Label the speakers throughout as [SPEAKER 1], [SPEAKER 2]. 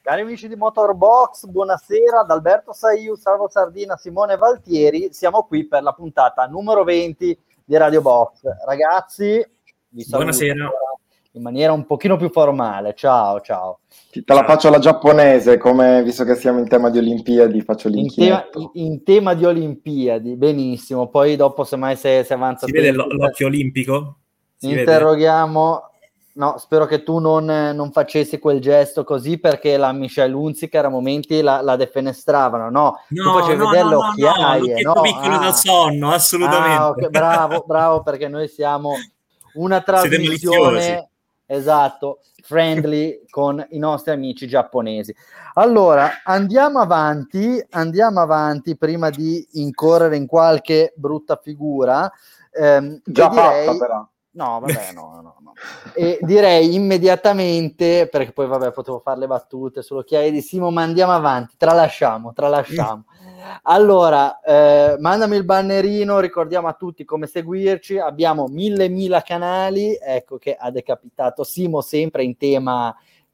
[SPEAKER 1] Cari amici di Motorbox, buonasera da Alberto Saiu, Salvo Sardina, Simone Valtieri. Siamo qui per la puntata numero 20 di Radio Box. Ragazzi, vi saluto
[SPEAKER 2] buonasera
[SPEAKER 1] in maniera un pochino più formale. Ciao.
[SPEAKER 3] Te la faccio alla giapponese, come visto che siamo in tema di Olimpiadi, faccio l'inchinetto.
[SPEAKER 1] In tema di Olimpiadi, benissimo. Poi dopo, semmai se avanza...
[SPEAKER 2] Si vede l'occhio olimpico?
[SPEAKER 1] Interroghiamo... No, spero che tu non facessi quel gesto così, perché la Michelle Hunziker a momenti la defenestravano, no? Tu facevi vedere le occhiaie,
[SPEAKER 2] no? Piccolo dal sonno, assolutamente.
[SPEAKER 1] Okay, bravo, perché noi siamo una trasmissione, esatto, friendly con i nostri amici giapponesi. Allora, andiamo avanti prima di incorrere in qualche brutta figura.
[SPEAKER 3] Già fatta, però.
[SPEAKER 1] No, vabbè, no. E direi immediatamente, perché poi vabbè potevo fare le battute sull'occhiaia di Simo, ma andiamo avanti, tralasciamo. Allora, mandami il bannerino, ricordiamo a tutti come seguirci, abbiamo 1000 canali, ecco che ha decapitato Simo sempre in tema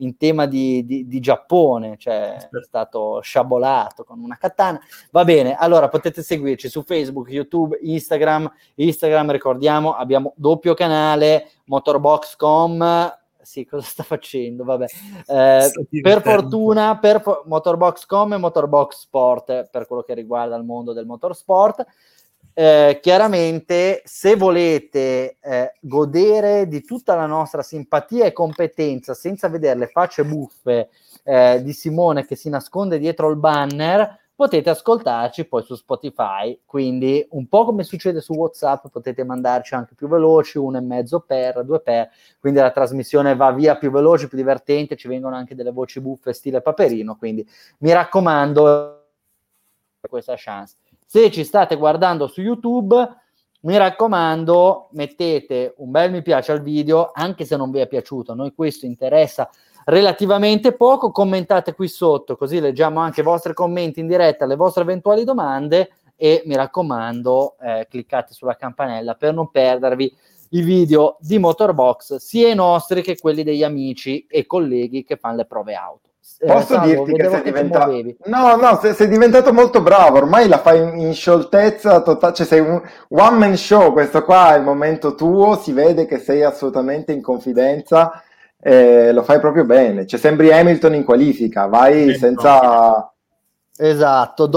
[SPEAKER 1] di Giappone, cioè è stato sciabolato con una katana. Va bene, allora potete seguirci su Facebook, YouTube, Instagram, ricordiamo, abbiamo doppio canale, Motorbox.com. Sì, cosa sta facendo? Vabbè. Per fortuna, Motorbox.com e Motorbox Sport, per quello che riguarda il mondo del motorsport. Chiaramente, se volete godere di tutta la nostra simpatia e competenza senza vedere le facce buffe di Simone che si nasconde dietro il banner, potete ascoltarci poi su Spotify, quindi un po' come succede su WhatsApp, potete mandarci anche più veloci, 1,5 per 2 per, quindi la trasmissione va via più veloce, più divertente, ci vengono anche delle voci buffe stile Paperino, quindi mi raccomando questa chance. Se ci state guardando su YouTube, mi raccomando, mettete un bel mi piace al video, anche se non vi è piaciuto, a noi questo interessa relativamente poco, commentate qui sotto, così leggiamo anche i vostri commenti in diretta, le vostre eventuali domande, e mi raccomando, cliccate sulla campanella per non perdervi i video di Motorbox, sia i nostri che quelli degli amici e colleghi che fanno le prove auto.
[SPEAKER 3] Posso dirti che sei diventato... No, sei diventato molto bravo, ormai la fai in scioltezza totale, cioè sei un one man show, questo qua è il momento tuo, si vede che sei assolutamente in confidenza, lo fai proprio bene, cioè sembri Hamilton in qualifica, vai senza...
[SPEAKER 1] Esatto,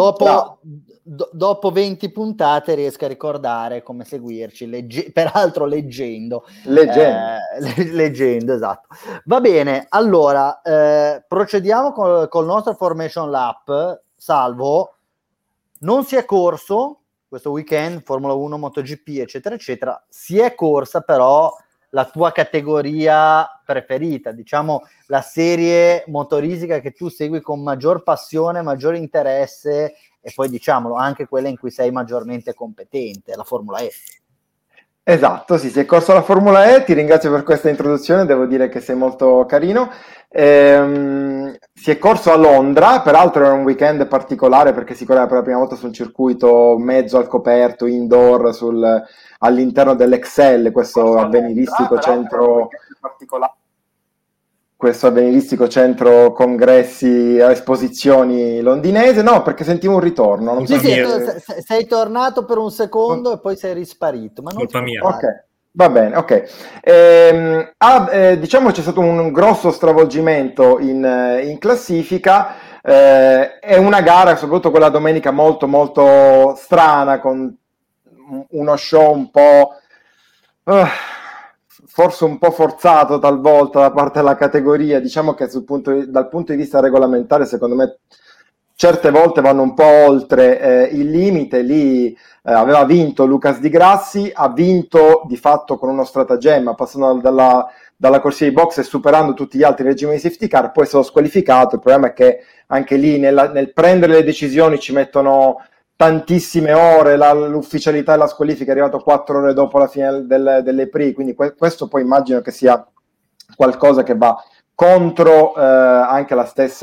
[SPEAKER 1] dopo 20 puntate riesco a ricordare come seguirci, peraltro leggendo, esatto. Va bene, allora procediamo col nostro Formation Lap. Salvo, non si è corso questo weekend, Formula 1, MotoGP, eccetera, eccetera, si è corsa però la tua categoria preferita, diciamo la serie motoristica che tu segui con maggior passione, maggior interesse, e poi diciamolo anche quella in cui sei maggiormente competente, la Formula E.
[SPEAKER 3] Esatto, sì, si è corso la Formula E, ti ringrazio per questa introduzione, devo dire che sei molto carino. Si è corso a Londra, peraltro era un weekend particolare perché si correva per la prima volta sul circuito mezzo al coperto, indoor, all'interno dell'Excel, questo avveniristico centro congressi e esposizioni londinese. No, perché sentivo un ritorno. Non
[SPEAKER 1] sei tornato per un secondo e poi sei risparito. Ma non
[SPEAKER 2] colpa mia.
[SPEAKER 3] Ok, va bene, ok. Diciamo c'è stato un grosso stravolgimento in classifica. È una gara, soprattutto quella domenica, molto molto strana, con uno show un po'... forse un po' forzato talvolta da parte della categoria, diciamo che dal punto di vista regolamentare secondo me certe volte vanno un po' oltre il limite. Lì aveva vinto Lucas Di Grassi, ha vinto di fatto con uno stratagemma, passando dalla corsia di box e superando tutti gli altri regimi di safety car, poi è stato squalificato. Il problema è che anche lì nel prendere le decisioni ci mettono tantissime ore, l'ufficialità della squalifica è arrivato 4 ore dopo la fine delle Prix, quindi questo poi immagino che sia qualcosa che va contro anche la stessa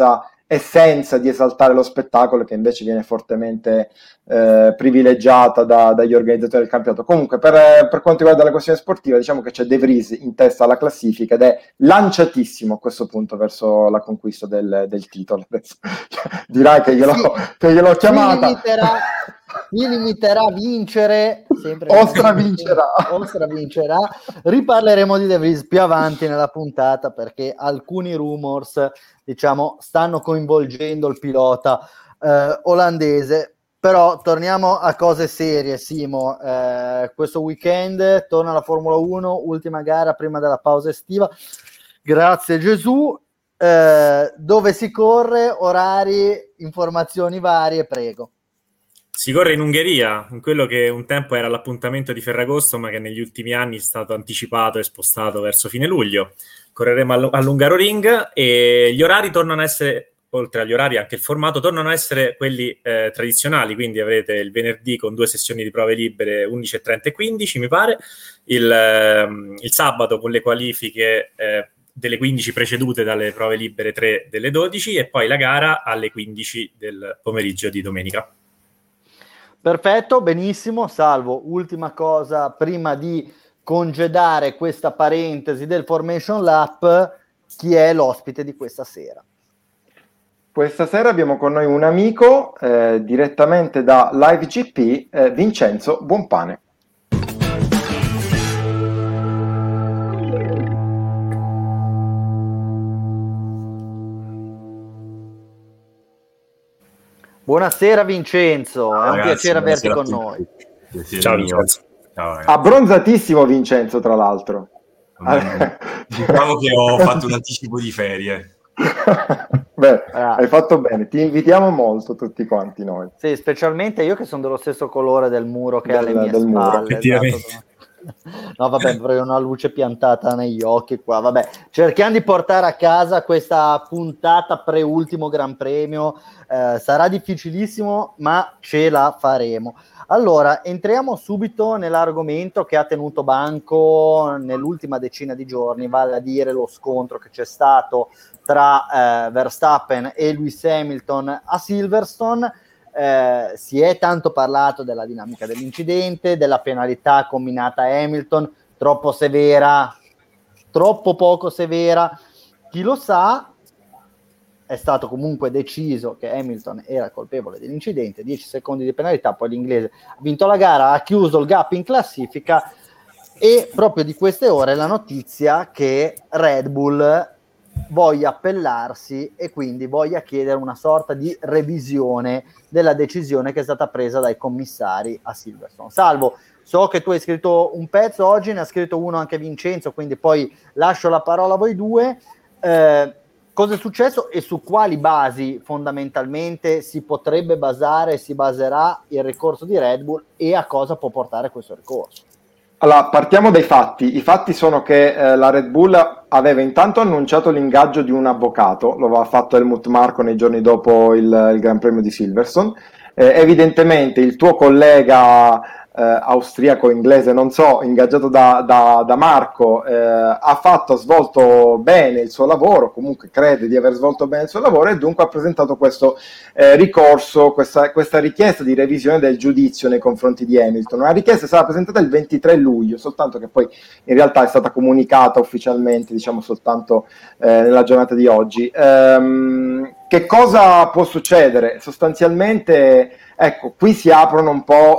[SPEAKER 3] essenza di esaltare lo spettacolo, che invece viene fortemente privilegiata dagli organizzatori del campionato. Comunque, per quanto riguarda la questione sportiva, diciamo che c'è De Vries in testa alla classifica ed è lanciatissimo a questo punto verso la conquista del titolo. Adesso, dirai che gliel'ho chiamata.
[SPEAKER 1] Mi limiterà a vincere, sempre
[SPEAKER 3] Ostra vincerà.
[SPEAKER 1] Riparleremo di De Vries più avanti nella puntata, perché alcuni rumors, diciamo, stanno coinvolgendo il pilota olandese. Però torniamo a cose serie, Simo. Questo weekend torna la Formula 1, ultima gara prima della pausa estiva. Grazie Gesù. Dove si corre, orari, informazioni varie, prego.
[SPEAKER 2] Si corre in Ungheria, in quello che un tempo era l'appuntamento di Ferragosto, ma che negli ultimi anni è stato anticipato e spostato verso fine luglio. Correremo all'Hungaroring e gli orari tornano a essere, oltre agli orari anche il formato, tornano a essere quelli tradizionali, quindi avrete il venerdì con 2 sessioni di prove libere 11:30 e 15, mi pare, il sabato con le qualifiche delle 15 precedute dalle prove libere 3 delle 12 e poi la gara alle 15 del pomeriggio di domenica.
[SPEAKER 1] Perfetto, benissimo. Salvo, ultima cosa prima di congedare questa parentesi del Formation Lap, chi è l'ospite di questa sera?
[SPEAKER 3] Questa sera abbiamo con noi un amico direttamente da Live GP, Vincenzo Buonpane.
[SPEAKER 1] Buonasera Vincenzo, è un piacere averti con noi.
[SPEAKER 2] Ciao Vincenzo.
[SPEAKER 4] Ciao,
[SPEAKER 3] abbronzatissimo Vincenzo, tra l'altro.
[SPEAKER 4] Diciamo che ho fatto un anticipo di ferie.
[SPEAKER 3] Beh, hai fatto bene, ti invitiamo molto tutti quanti noi.
[SPEAKER 1] Sì, specialmente io che sono dello stesso colore del muro che ha le mie spalle. Esatto. No, vabbè, avrei una luce piantata negli occhi qua. Vabbè, cerchiamo di portare a casa questa puntata pre-ultimo Gran Premio. Sarà difficilissimo, ma ce la faremo. Allora, entriamo subito nell'argomento che ha tenuto banco nell'ultima decina di giorni, vale a dire lo scontro che c'è stato tra Verstappen e Lewis Hamilton a Silverstone. Si è tanto parlato della dinamica dell'incidente, della penalità combinata a Hamilton, troppo severa, troppo poco severa, chi lo sa. È stato comunque deciso che Hamilton era colpevole dell'incidente, 10 secondi di penalità, poi l'inglese ha vinto la gara, ha chiuso il gap in classifica, e proprio di queste ore la notizia che Red Bull voglia appellarsi e quindi voglia chiedere una sorta di revisione della decisione che è stata presa dai commissari a Silverstone. Salvo, so che tu hai scritto un pezzo oggi, ne ha scritto uno anche Vincenzo, quindi poi lascio la parola a voi due. Cosa è successo e su quali basi fondamentalmente si potrebbe basare, si baserà il ricorso di Red Bull, e a cosa può portare questo ricorso?
[SPEAKER 3] Allora, partiamo dai fatti. I fatti sono che la Red Bull aveva intanto annunciato l'ingaggio di un avvocato, lo aveva fatto Helmut Marko nei giorni dopo il Gran Premio di Silverstone. Evidentemente il tuo collega austriaco, inglese, non so, ingaggiato da Marko, ha svolto bene il suo lavoro, comunque crede di aver svolto bene il suo lavoro, e dunque ha presentato questo ricorso, questa richiesta di revisione del giudizio nei confronti di Hamilton. Una richiesta è stata presentata il 23 luglio, soltanto che poi in realtà è stata comunicata ufficialmente, diciamo, soltanto nella giornata di oggi. Che cosa può succedere? Sostanzialmente, ecco, qui si aprono un po'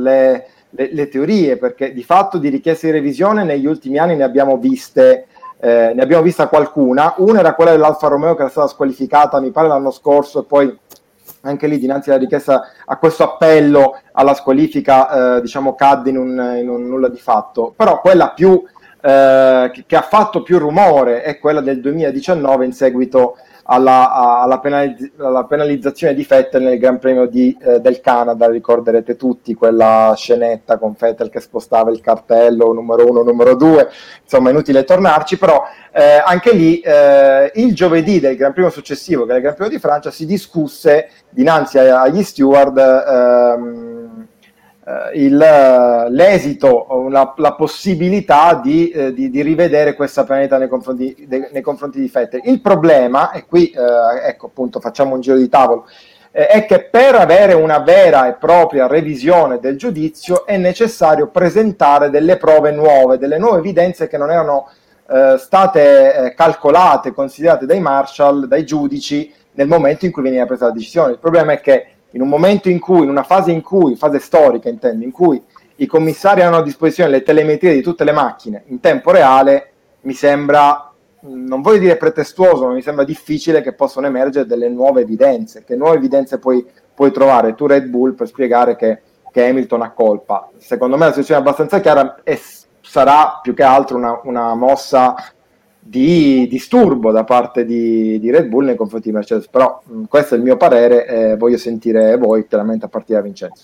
[SPEAKER 3] le teorie, perché di fatto di richieste di revisione negli ultimi anni ne abbiamo vista qualcuna. Una era quella dell'Alfa Romeo, che era stata squalificata, mi pare, l'anno scorso, e poi anche lì dinanzi alla richiesta a questo appello alla squalifica diciamo cadde in un nulla di fatto. Però quella più che ha fatto più rumore è quella del 2019 in seguito alla penalizzazione di Vettel nel Gran Premio del Canada. Ricorderete tutti quella scenetta con Vettel che spostava il cartello numero 1, numero 2, insomma inutile tornarci, però anche lì il giovedì del Gran Premio successivo, che è il Gran Premio di Francia, si discusse dinanzi agli steward l'esito, la possibilità di rivedere questa penalità nei confronti di Vettel. Il problema, e qui ecco appunto facciamo un giro di tavolo, è che per avere una vera e propria revisione del giudizio è necessario presentare delle prove nuove, delle nuove evidenze che non erano state calcolate, considerate dai marshal, dai giudici nel momento in cui veniva presa la decisione. Il problema è che in un momento in cui, in una fase storica intendo, in cui i commissari hanno a disposizione le telemetrie di tutte le macchine in tempo reale, mi sembra, non voglio dire pretestuoso, ma mi sembra difficile che possano emergere delle nuove evidenze. Che nuove evidenze puoi trovare tu Red Bull per spiegare che Hamilton ha colpa? Secondo me la situazione è abbastanza chiara e sarà più che altro una mossa di disturbo da parte di Red Bull nei confronti di Mercedes, però questo è il mio parere, voglio sentire voi chiaramente a partire da Vincenzo.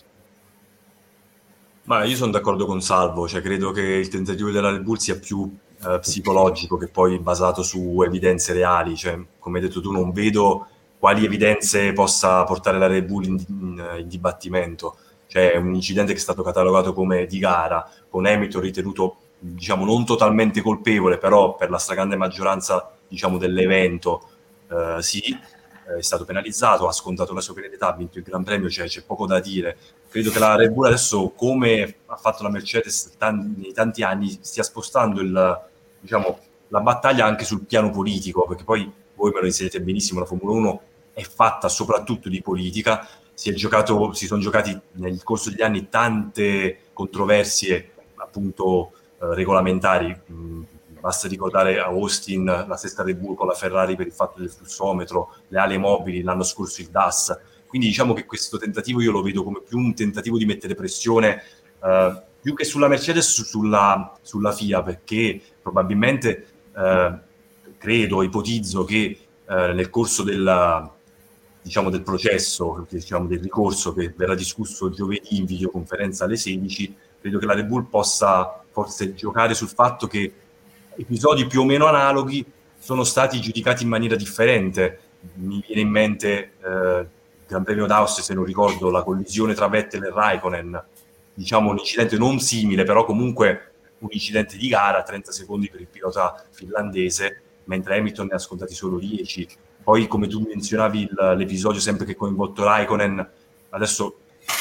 [SPEAKER 4] Ma io sono d'accordo con Salvo, cioè credo che il tentativo della Red Bull sia più psicologico che poi basato su evidenze reali, cioè come hai detto tu non vedo quali evidenze possa portare la Red Bull in dibattimento, cioè un incidente che è stato catalogato come di gara, con Hamilton ritenuto diciamo non totalmente colpevole, però per la stragrande maggioranza diciamo dell'evento sì, è stato penalizzato, ha scontato la sua penalità, ha vinto il Gran Premio, cioè c'è poco da dire. Credo che la Red Bull adesso, come ha fatto la Mercedes nei tanti anni, stia spostando la battaglia anche sul piano politico, perché poi voi me lo insegnate benissimo, la Formula 1 è fatta soprattutto di politica, si sono giocati nel corso degli anni tante controversie appunto regolamentari, basta ricordare a Austin la stessa Red Bull con la Ferrari per il fatto del flussometro, le ali mobili, l'anno scorso il DAS, quindi diciamo che questo tentativo io lo vedo come più un tentativo di mettere pressione più che sulla Mercedes, sulla FIA, perché probabilmente ipotizzo che nel corso del processo, del ricorso che verrà discusso giovedì in videoconferenza alle 16, credo che la Red Bull possa forse giocare sul fatto che episodi più o meno analoghi sono stati giudicati in maniera differente. Mi viene in mente il Gran Premio d'Austria, se non ricordo, la collisione tra Vettel e Raikkonen, diciamo un incidente non simile, però comunque un incidente di gara, 30 secondi per il pilota finlandese, mentre Hamilton ne ha scontati solo 10. Poi, come tu menzionavi, l'episodio sempre che ha coinvolto Raikkonen, adesso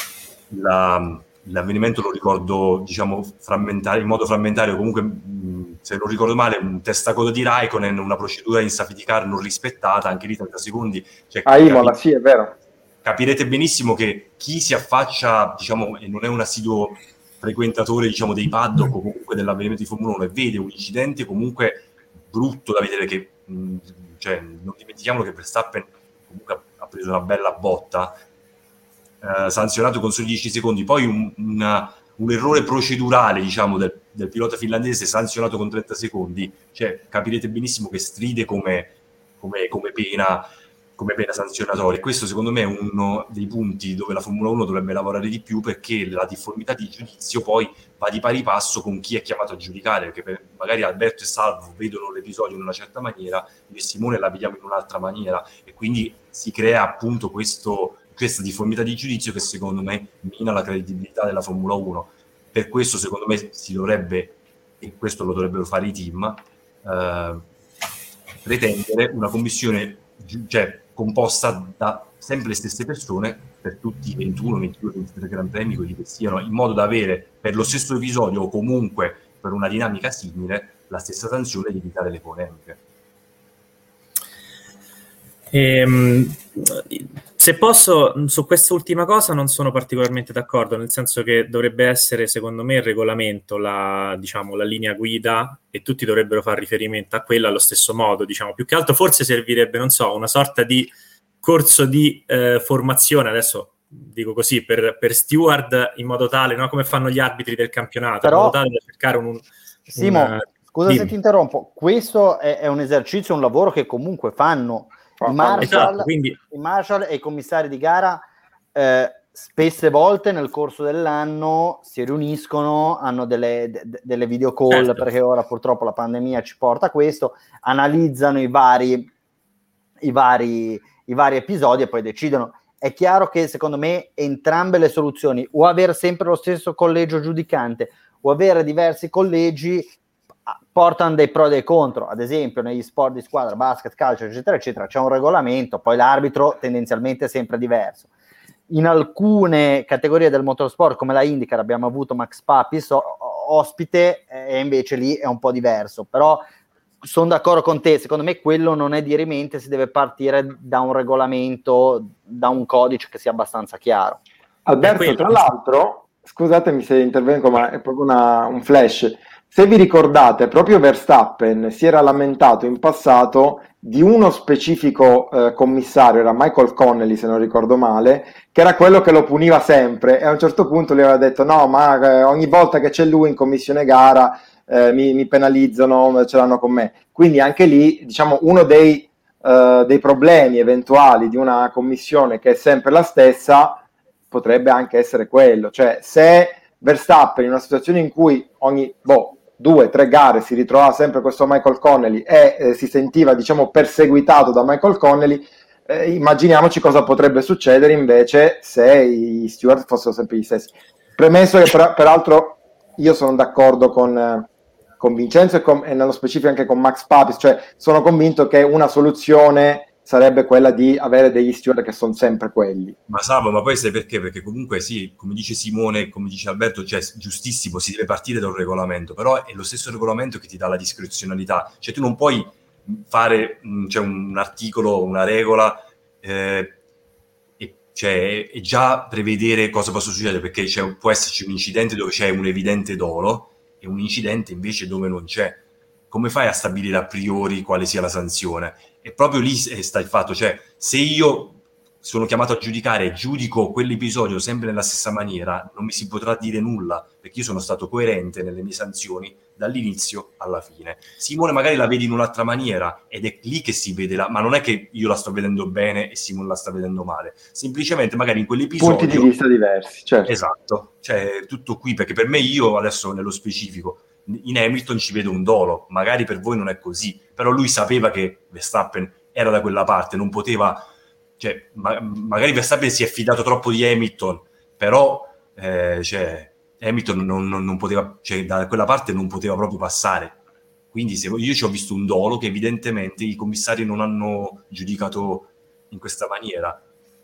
[SPEAKER 4] l'avvenimento lo ricordo, diciamo, in modo frammentario, comunque, se non ricordo male, un testacoda di Raikkonen, una procedura in safety car non rispettata, anche lì 30 secondi. Cioè,
[SPEAKER 3] Imola, sì, è vero.
[SPEAKER 4] Capirete benissimo che chi si affaccia, diciamo, e non è un assiduo frequentatore, diciamo, dei paddock o comunque dell'avvenimento di Formula 1 e vede un incidente comunque brutto da vedere, che cioè, non dimentichiamolo che Verstappen comunque ha preso una bella botta, sanzionato con soli 10 secondi, poi un errore procedurale, diciamo, del pilota finlandese sanzionato con 30 secondi, cioè capirete benissimo che stride come pena sanzionatoria. Questo secondo me è uno dei punti dove la Formula 1 dovrebbe lavorare di più, perché la difformità di giudizio poi va di pari passo con chi è chiamato a giudicare, perché magari Alberto e Salvo vedono l'episodio in una certa maniera, io e Simone la vediamo in un'altra maniera, e quindi si crea appunto questa difformità di giudizio che secondo me mina la credibilità della Formula 1. Per questo secondo me si dovrebbe, e questo lo dovrebbero fare i team, pretendere una commissione composta da sempre le stesse persone per tutti i 21, 22, 23 Gran Premi, quelli che siano, in modo da avere per lo stesso episodio o comunque per una dinamica simile la stessa sanzione ed evitare le polemiche.
[SPEAKER 2] Se posso, su questa ultima cosa non sono particolarmente d'accordo, nel senso che dovrebbe essere, secondo me, il regolamento, la linea guida, e tutti dovrebbero fare riferimento a quella allo stesso modo, diciamo. Più che altro forse servirebbe, non so, una sorta di corso di formazione, adesso dico così, per steward, in modo tale, no, come fanno gli arbitri del campionato,
[SPEAKER 1] però,
[SPEAKER 2] in modo tale da cercare
[SPEAKER 1] Simo, scusa se ti interrompo, questo è un esercizio, un lavoro che comunque fanno i marshal e i commissari di gara. Spesse volte nel corso dell'anno si riuniscono, hanno delle video call, certo, perché ora purtroppo la pandemia ci porta a questo, analizzano i vari episodi e poi decidono. è chiaro che secondo me entrambe le soluzioni, o avere sempre lo stesso collegio giudicante o avere diversi collegi, portano dei pro e dei contro. Ad esempio negli sport di squadra, basket, calcio, eccetera eccetera, c'è un regolamento, poi l'arbitro tendenzialmente è sempre diverso. In alcune categorie del motorsport come la IndyCar abbiamo avuto Max Papis ospite, e invece lì è un po' diverso, però sono d'accordo con te, secondo me quello non è dirimente, si deve partire da un regolamento, da un codice che sia abbastanza chiaro.
[SPEAKER 3] Alberto, tra l'altro, scusatemi se intervengo, ma è proprio un flash. Se vi ricordate, proprio Verstappen si era lamentato in passato di uno specifico commissario, era Michael Connelly se non ricordo male, che era quello che lo puniva sempre, e a un certo punto gli aveva detto no, ma ogni volta che c'è lui in commissione gara mi penalizzano, ce l'hanno con me. Quindi anche lì, diciamo, uno dei problemi eventuali di una commissione che è sempre la stessa potrebbe anche essere quello, cioè se Verstappen in una situazione in cui ogni 2-3 gare si ritrovava sempre questo Michael Connelly e si sentiva, diciamo, perseguitato da Michael Connelly, immaginiamoci cosa potrebbe succedere invece se i steward fossero sempre gli stessi. Premesso che peraltro io sono d'accordo con Vincenzo e nello specifico anche con Max Papis, cioè sono convinto che una soluzione sarebbe quella di avere degli steward che sono sempre quelli.
[SPEAKER 4] Ma Salvo, ma poi sai perché? Perché comunque sì, come dice Simone, come dice Alberto, cioè giustissimo, si deve partire da un regolamento, però è lo stesso regolamento che ti dà la discrezionalità, cioè tu non puoi fare un articolo, una regola e già prevedere cosa possa succedere, perché può esserci un incidente dove c'è un evidente dolo e un incidente invece dove non c'è. Come fai a stabilire a priori quale sia la sanzione? E proprio lì sta il fatto, cioè se io sono chiamato a giudicare e giudico quell'episodio sempre nella stessa maniera, non mi si potrà dire nulla, perché io sono stato coerente nelle mie sanzioni dall'inizio alla fine. Simone magari la vedi in un'altra maniera ed è lì che si vede, ma non è che io la sto vedendo bene e Simone la sta vedendo male, semplicemente magari in quell'episodio...
[SPEAKER 3] Punti di vista diversi, certo.
[SPEAKER 4] Esatto, cioè tutto qui, perché per me, io adesso nello specifico, in Hamilton ci vedo un dolo, magari per voi non è così, però lui sapeva che Verstappen era da quella parte, non poteva, cioè magari Verstappen si è fidato troppo di Hamilton, però Hamilton non poteva, cioè da quella parte non poteva proprio passare, quindi io ci ho visto un dolo che evidentemente i commissari non hanno giudicato in questa maniera.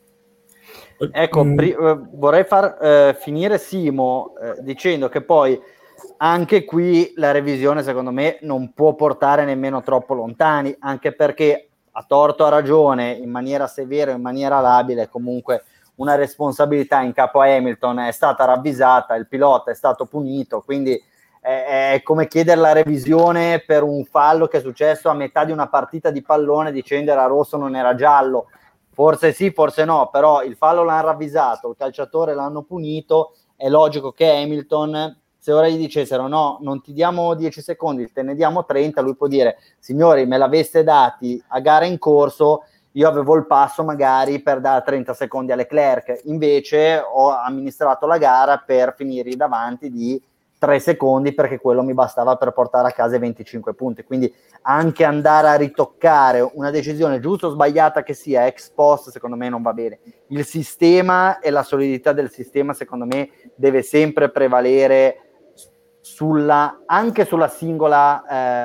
[SPEAKER 1] Ecco, vorrei far finire Simo dicendo che poi anche qui la revisione secondo me non può portare nemmeno troppo lontani, anche perché a torto o a ragione, in maniera severa o in maniera labile, comunque una responsabilità in capo a Hamilton è stata ravvisata, il pilota è stato punito, quindi è come chiedere la revisione per un fallo che è successo a metà di una partita di pallone dicendo era rosso, non era giallo. Forse sì, forse no, però il fallo l'hanno ravvisato, il calciatore l'hanno punito, è logico che Hamilton, se ora gli dicessero no, non ti diamo 10 secondi, te ne diamo 30, lui può dire signori me l'aveste dati a gara in corso, io avevo il passo magari per dare 30 secondi a Leclerc, invece ho amministrato la gara per finire davanti di 3 secondi perché quello mi bastava per portare a casa i 25 punti, quindi anche andare a ritoccare una decisione giusta o sbagliata che sia ex post secondo me non va bene. Il sistema e la solidità del sistema secondo me deve sempre prevalere anche sulla singola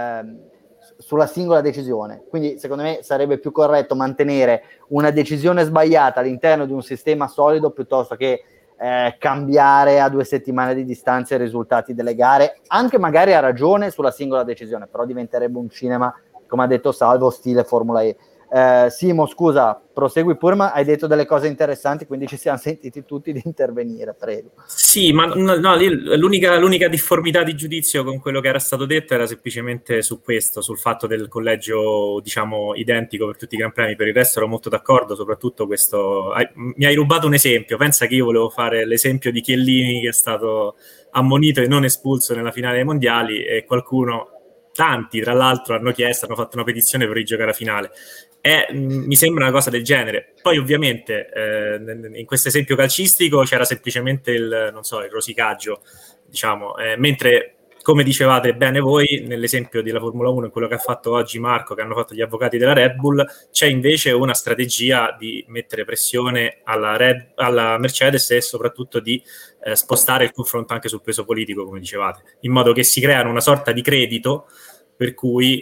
[SPEAKER 1] decisione, quindi secondo me sarebbe più corretto mantenere una decisione sbagliata all'interno di un sistema solido piuttosto che cambiare a 2 settimane di distanza i risultati delle gare, anche magari a ragione sulla singola decisione, però diventerebbe un cinema, come ha detto Salvo, stile Formula E. Simo, scusa, prosegui pure, ma hai detto delle cose interessanti, quindi ci siamo sentiti tutti di intervenire, prego.
[SPEAKER 2] Sì, ma no, l'unica difformità di giudizio con quello che era stato detto era semplicemente su questo, sul fatto del collegio, diciamo, identico per tutti i Gran Premi. Per il resto ero molto d'accordo, soprattutto questo. Mi hai rubato un esempio, pensa che io volevo fare l'esempio di Chiellini che è stato ammonito e non espulso nella finale dei mondiali e tanti tra l'altro hanno fatto una petizione per rigiocare la finale. Mi sembra una cosa del genere. Poi ovviamente in questo esempio calcistico c'era semplicemente il rosicaggio, diciamo, mentre come dicevate bene voi, nell'esempio della Formula 1, in quello che ha fatto oggi Marco, che hanno fatto gli avvocati della Red Bull, c'è invece una strategia di mettere pressione alla Mercedes e soprattutto di spostare il confronto anche sul peso politico, come dicevate, in modo che si creano una sorta di credito per cui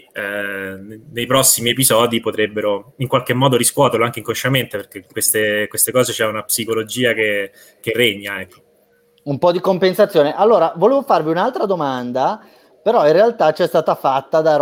[SPEAKER 2] nei prossimi episodi potrebbero in qualche modo riscuoterlo anche inconsciamente, perché queste cose c'è una psicologia che regna, ecco.
[SPEAKER 1] Un po' di compensazione. Allora, volevo farvi un'altra domanda, però in realtà c'è stata fatta da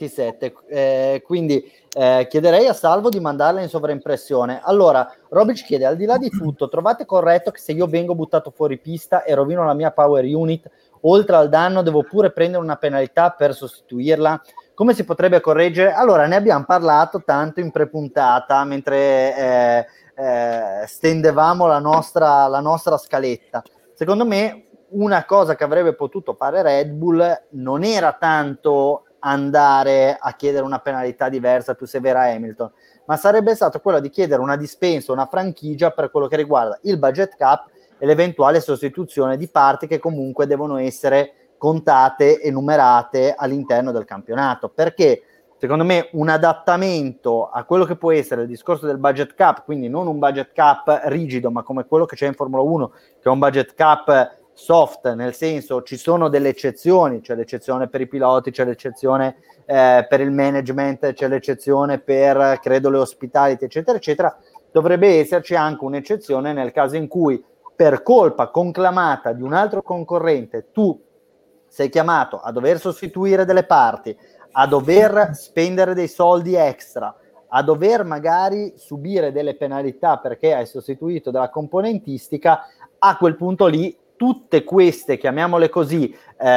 [SPEAKER 1] Roby27, quindi chiederei a Salvo di mandarla in sovraimpressione. Allora, Roby ci chiede, al di là di tutto, trovate corretto che se io vengo buttato fuori pista e rovino la mia power unit, oltre al danno devo pure prendere una penalità per sostituirla? Come si potrebbe correggere? Allora, ne abbiamo parlato tanto in prepuntata, mentre stendevamo la nostra scaletta. Secondo me una cosa che avrebbe potuto fare Red Bull non era tanto andare a chiedere una penalità diversa, più severa a Hamilton, ma sarebbe stato quello di chiedere una dispensa, una franchigia per quello che riguarda il budget cap e l'eventuale sostituzione di parti che comunque devono essere contate e numerate all'interno del campionato, perché secondo me un adattamento a quello che può essere il discorso del budget cap, quindi non un budget cap rigido, ma come quello che c'è in Formula 1, che è un budget cap soft, nel senso ci sono delle eccezioni, c'è l'eccezione per i piloti, c'è l'eccezione per il management, c'è l'eccezione per, credo, le hospitality, eccetera, eccetera. Dovrebbe esserci anche un'eccezione nel caso in cui per colpa conclamata di un altro concorrente tu sei chiamato a dover sostituire delle parti, a dover spendere dei soldi extra, a dover magari subire delle penalità perché hai sostituito della componentistica. A quel punto lì tutte queste, chiamiamole così,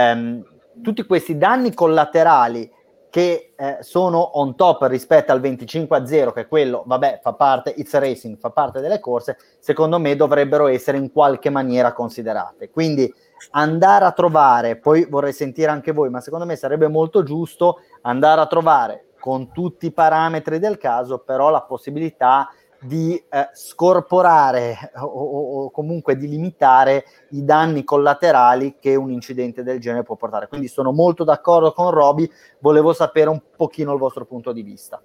[SPEAKER 1] tutti questi danni collaterali che sono on top rispetto al 25-0, che è quello, vabbè, fa parte, it's racing, fa parte delle corse, secondo me dovrebbero essere in qualche maniera considerate. Quindi andare a trovare, poi vorrei sentire anche voi, ma secondo me sarebbe molto giusto andare a trovare con tutti i parametri del caso però la possibilità di scorporare o comunque di limitare i danni collaterali che un incidente del genere può portare. Quindi sono molto d'accordo con Roby, volevo sapere un pochino il vostro punto di vista.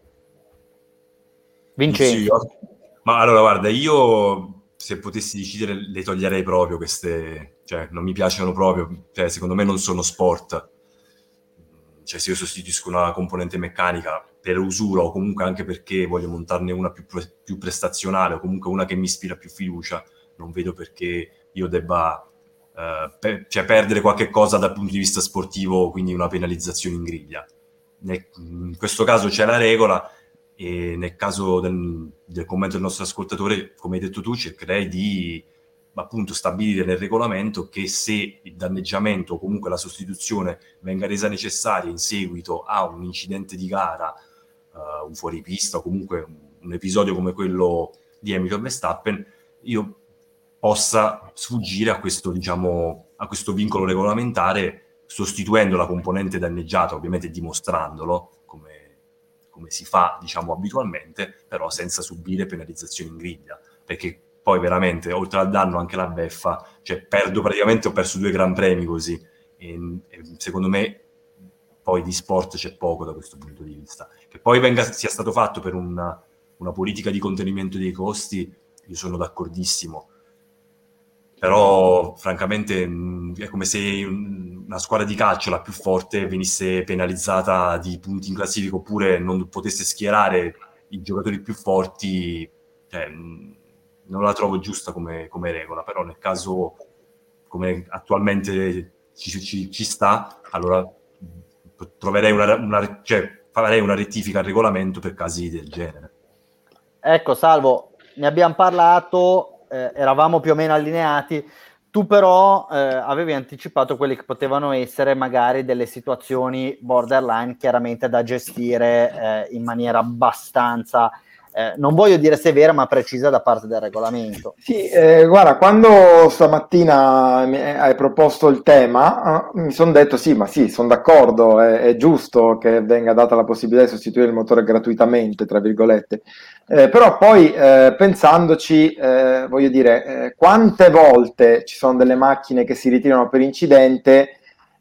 [SPEAKER 1] Vincenzo.
[SPEAKER 4] Sì, ma allora guarda, io se potessi decidere le toglierei proprio queste, cioè non mi piacciono proprio, cioè secondo me non sono sport. Cioè se io sostituisco una componente meccanica per usura o comunque anche perché voglio montarne una più prestazionale o comunque una che mi ispira più fiducia, non vedo perché io debba perdere qualche cosa dal punto di vista sportivo, quindi una penalizzazione in griglia. In questo caso c'è la regola e nel caso del commento del nostro ascoltatore, come hai detto tu, cercherei di appunto stabilire nel regolamento che se il danneggiamento o comunque la sostituzione venga resa necessaria in seguito a un incidente di gara, un fuoripista o comunque un episodio come quello di Hamilton Verstappen, io possa sfuggire a questo, diciamo, a questo vincolo regolamentare sostituendo la componente danneggiata, ovviamente dimostrandolo come si fa, diciamo, abitualmente, però senza subire penalizzazioni in griglia, perché poi veramente, oltre al danno, anche la beffa, cioè ho perso 2 Gran Premi così, e secondo me poi di sport c'è poco da questo punto di vista. Che poi sia stato fatto per una politica di contenimento dei costi, io sono d'accordissimo, però francamente è come se una squadra di calcio, la più forte, venisse penalizzata di punti in classifica oppure non potesse schierare i giocatori più forti, cioè, non la trovo giusta come regola, però nel caso come attualmente ci sta, allora troverei farei una rettifica al regolamento per casi del genere.
[SPEAKER 1] Ecco, Salvo, ne abbiamo parlato, eravamo più o meno allineati, tu però avevi anticipato quelle che potevano essere magari delle situazioni borderline chiaramente da gestire in maniera abbastanza non voglio dire severa ma precisa da parte del regolamento.
[SPEAKER 3] Sì, guarda, quando stamattina hai proposto il tema mi sono detto sì, sono d'accordo, è giusto che venga data la possibilità di sostituire il motore gratuitamente, tra virgolette, però poi pensandoci, voglio dire, quante volte ci sono delle macchine che si ritirano per incidente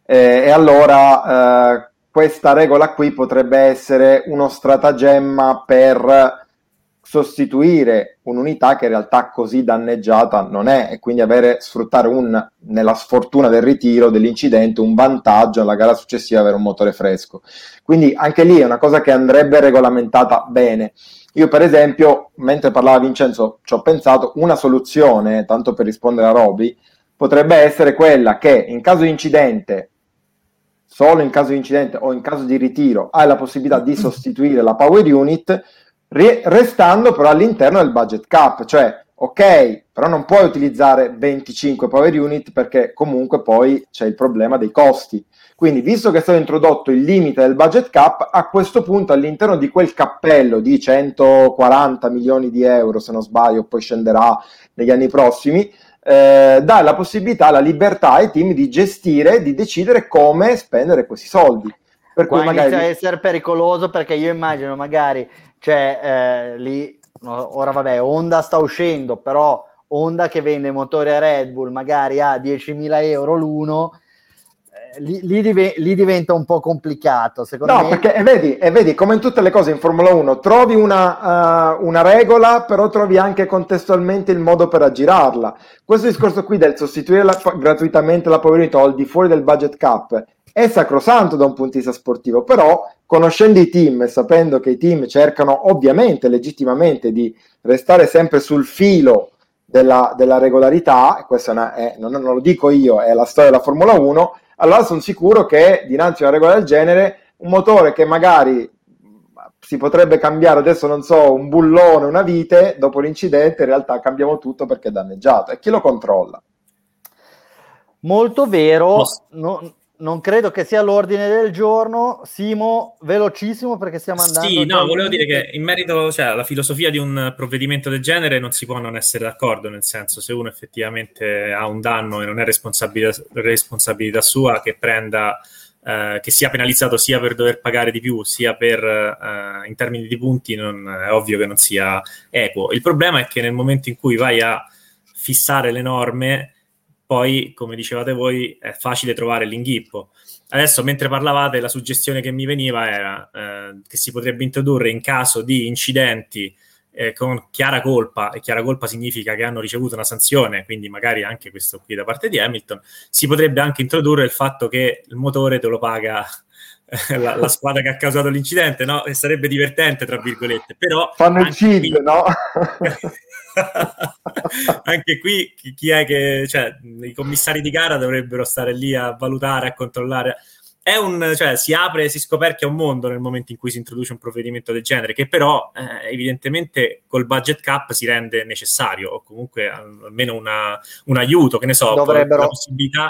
[SPEAKER 3] e allora questa regola qui potrebbe essere uno stratagemma per sostituire un'unità che in realtà così danneggiata non è, e quindi sfruttare nella sfortuna del ritiro dell'incidente un vantaggio alla gara successiva, avere un motore fresco. Quindi anche lì è una cosa che andrebbe regolamentata bene. Io per esempio, mentre parlava Vincenzo, ci ho pensato, una soluzione, tanto per rispondere a Roby, potrebbe essere quella che in caso di incidente, solo in caso di incidente o in caso di ritiro, hai la possibilità di sostituire la power unit, restando però all'interno del budget cap, cioè ok, però non puoi utilizzare 25 power unit perché comunque poi c'è il problema dei costi. Quindi, visto che è stato introdotto il limite del budget cap, a questo punto all'interno di quel cappello di 140 milioni di euro, se non sbaglio, poi scenderà negli anni prossimi, dà la possibilità, la libertà ai team di gestire, di decidere come spendere questi soldi. Per cui magari
[SPEAKER 1] inizia a essere pericoloso, perché io immagino magari lì, ora vabbè, Honda sta uscendo, però Honda che vende motori a Red Bull magari a 10.000 euro l'uno, lì diventa un po' complicato, secondo me.
[SPEAKER 3] Perché vedi, come in tutte le cose in Formula 1, trovi una regola, però trovi anche contestualmente il modo per aggirarla. Questo discorso qui del sostituire gratuitamente la power unit o al di fuori del budget cap è sacrosanto da un punto di vista sportivo, però conoscendo i team e sapendo che i team cercano ovviamente legittimamente di restare sempre sul filo della regolarità, e questo non lo dico io, è la storia della Formula 1, allora sono sicuro che dinanzi a una regola del genere un motore che magari si potrebbe cambiare, adesso non so, un bullone, una vite, dopo l'incidente in realtà cambiamo tutto perché è danneggiato, e chi lo controlla?
[SPEAKER 1] Molto vero. Non credo che sia l'ordine del giorno. Simo, velocissimo perché stiamo andando.
[SPEAKER 2] Sì, no, volevo dire che in merito, cioè, alla filosofia di un provvedimento del genere non si può non essere d'accordo, nel senso, se uno effettivamente ha un danno e non è responsabilità sua, che prenda, che sia penalizzato sia per dover pagare di più, sia per in termini di punti, è ovvio che non sia equo. Il problema è che nel momento in cui vai a fissare le norme, poi, come dicevate voi, è facile trovare l'inghippo. Adesso, mentre parlavate, la suggestione che mi veniva era che si potrebbe introdurre in caso di incidenti con chiara colpa, e chiara colpa significa che hanno ricevuto una sanzione, quindi magari anche questo qui da parte di Hamilton, si potrebbe anche introdurre il fatto che il motore te lo paga la squadra che ha causato l'incidente, no? E sarebbe divertente, tra virgolette, però
[SPEAKER 3] fanno il CID, no?
[SPEAKER 2] Anche qui chi è che, cioè, i commissari di gara dovrebbero stare lì a valutare, a controllare. Si apre, si scoperchia un mondo nel momento in cui si introduce un provvedimento del genere, che però evidentemente col budget cap si rende necessario, o comunque almeno un aiuto, che ne so, la possibilità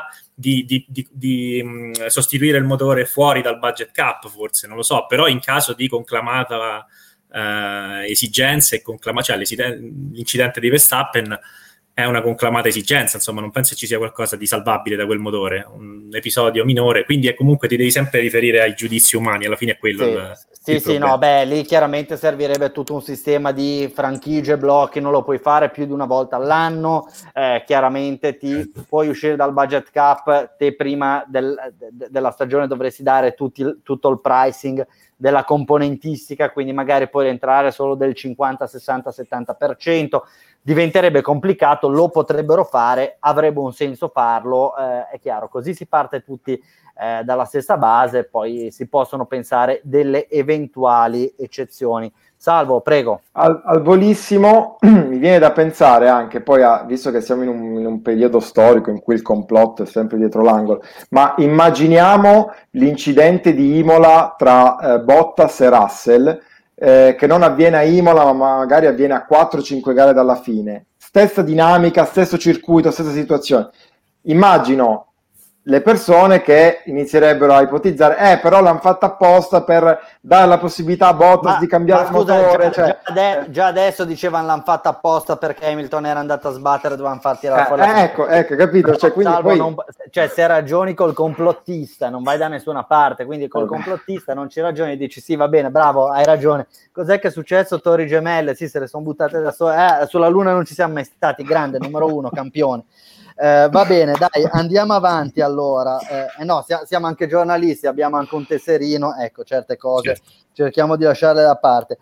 [SPEAKER 2] di sostituire il motore fuori dal budget cap, forse, non lo so, però in caso di conclamata esigenze, cioè l'incidente di Verstappen è una conclamata esigenza, insomma non penso ci sia qualcosa di salvabile da quel motore, un episodio minore, quindi comunque ti devi sempre riferire ai giudizi umani, alla fine è quello
[SPEAKER 1] sì, no, lì chiaramente servirebbe tutto un sistema di franchigie, blocchi, non lo puoi fare più di una volta all'anno, chiaramente ti puoi uscire dal budget cap, te prima della stagione dovresti dare tutto il pricing della componentistica, quindi magari puoi entrare solo del 50, 60, 70%, diventerebbe complicato, lo potrebbero fare, avrebbe un senso farlo, è chiaro, così si parte tutti dalla stessa base, poi si possono pensare delle eventuali eccezioni. Salvo, prego.
[SPEAKER 3] Al volissimo mi viene da pensare anche, poi visto che siamo in un periodo storico in cui il complotto è sempre dietro l'angolo, ma immaginiamo l'incidente di Imola tra Bottas e Russell, che non avviene a Imola ma magari avviene a 4-5 gare dalla fine, stessa dinamica, stesso circuito, stessa situazione. Immagino le persone che inizierebbero a ipotizzare però l'hanno fatta apposta per dare la possibilità a Bottas di cambiare il motore.
[SPEAKER 1] Già adesso dicevano l'hanno fatta apposta perché Hamilton era andato a sbattere, dovevano far tirare fuori
[SPEAKER 3] ecco, capito?
[SPEAKER 1] Però, quindi se ragioni col complottista non vai da nessuna parte, quindi col complottista non ci ragioni e dici sì, va bene, bravo, hai ragione. Cos'è che è successo? Torri Gemelle, sì, se le sono buttate da sulla Luna non ci siamo mai stati, grande, numero 1, campione. Va bene, dai, andiamo avanti allora. No, siamo anche giornalisti, abbiamo anche un tesserino, ecco, certe cose cerchiamo di lasciarle da parte.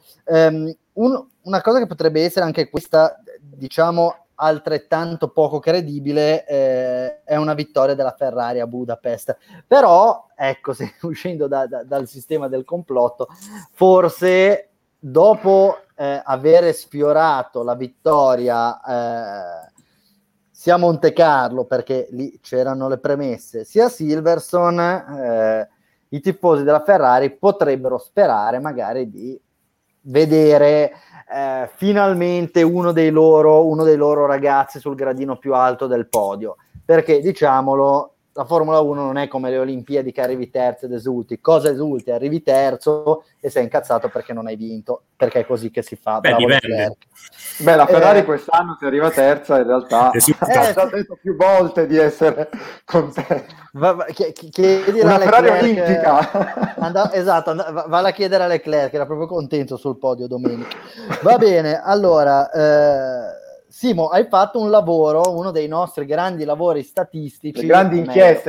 [SPEAKER 1] Una cosa che potrebbe essere anche questa, diciamo, altrettanto poco credibile, è una vittoria della Ferrari a Budapest. Però, ecco, uscendo dal sistema del complotto, forse dopo avere sfiorato la vittoria sia a Monte Carlo, perché lì c'erano le premesse, sia a Silverstone, i tifosi della Ferrari potrebbero sperare magari di vedere finalmente uno dei loro ragazzi sul gradino più alto del podio, perché diciamolo, la Formula 1 non è come le Olimpiadi che arrivi terzo ed esulti. Cosa esulti? Arrivi terzo e sei incazzato perché non hai vinto, perché è così che si fa. Bravo Leclerc.
[SPEAKER 3] Beh, la Ferrari quest'anno si arriva terza, in realtà ha già detto più volte di essere contenta.
[SPEAKER 1] Una
[SPEAKER 3] Ferrari olimpica.
[SPEAKER 1] Esatto, vale a chiedere a Leclerc, che era proprio contento sul podio domenica. Va bene, allora Simo, hai fatto un lavoro, uno dei nostri grandi lavori statistici,
[SPEAKER 3] le grandi inchieste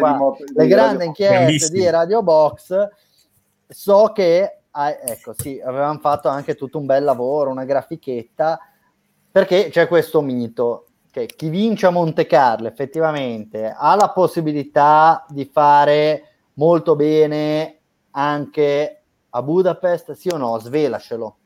[SPEAKER 1] di Radio Box. So che avevamo fatto anche tutto un bel lavoro, una grafichetta, perché c'è questo mito che chi vince a Monte Carlo effettivamente ha la possibilità di fare molto bene anche a Budapest, sì o no? Svelacelo.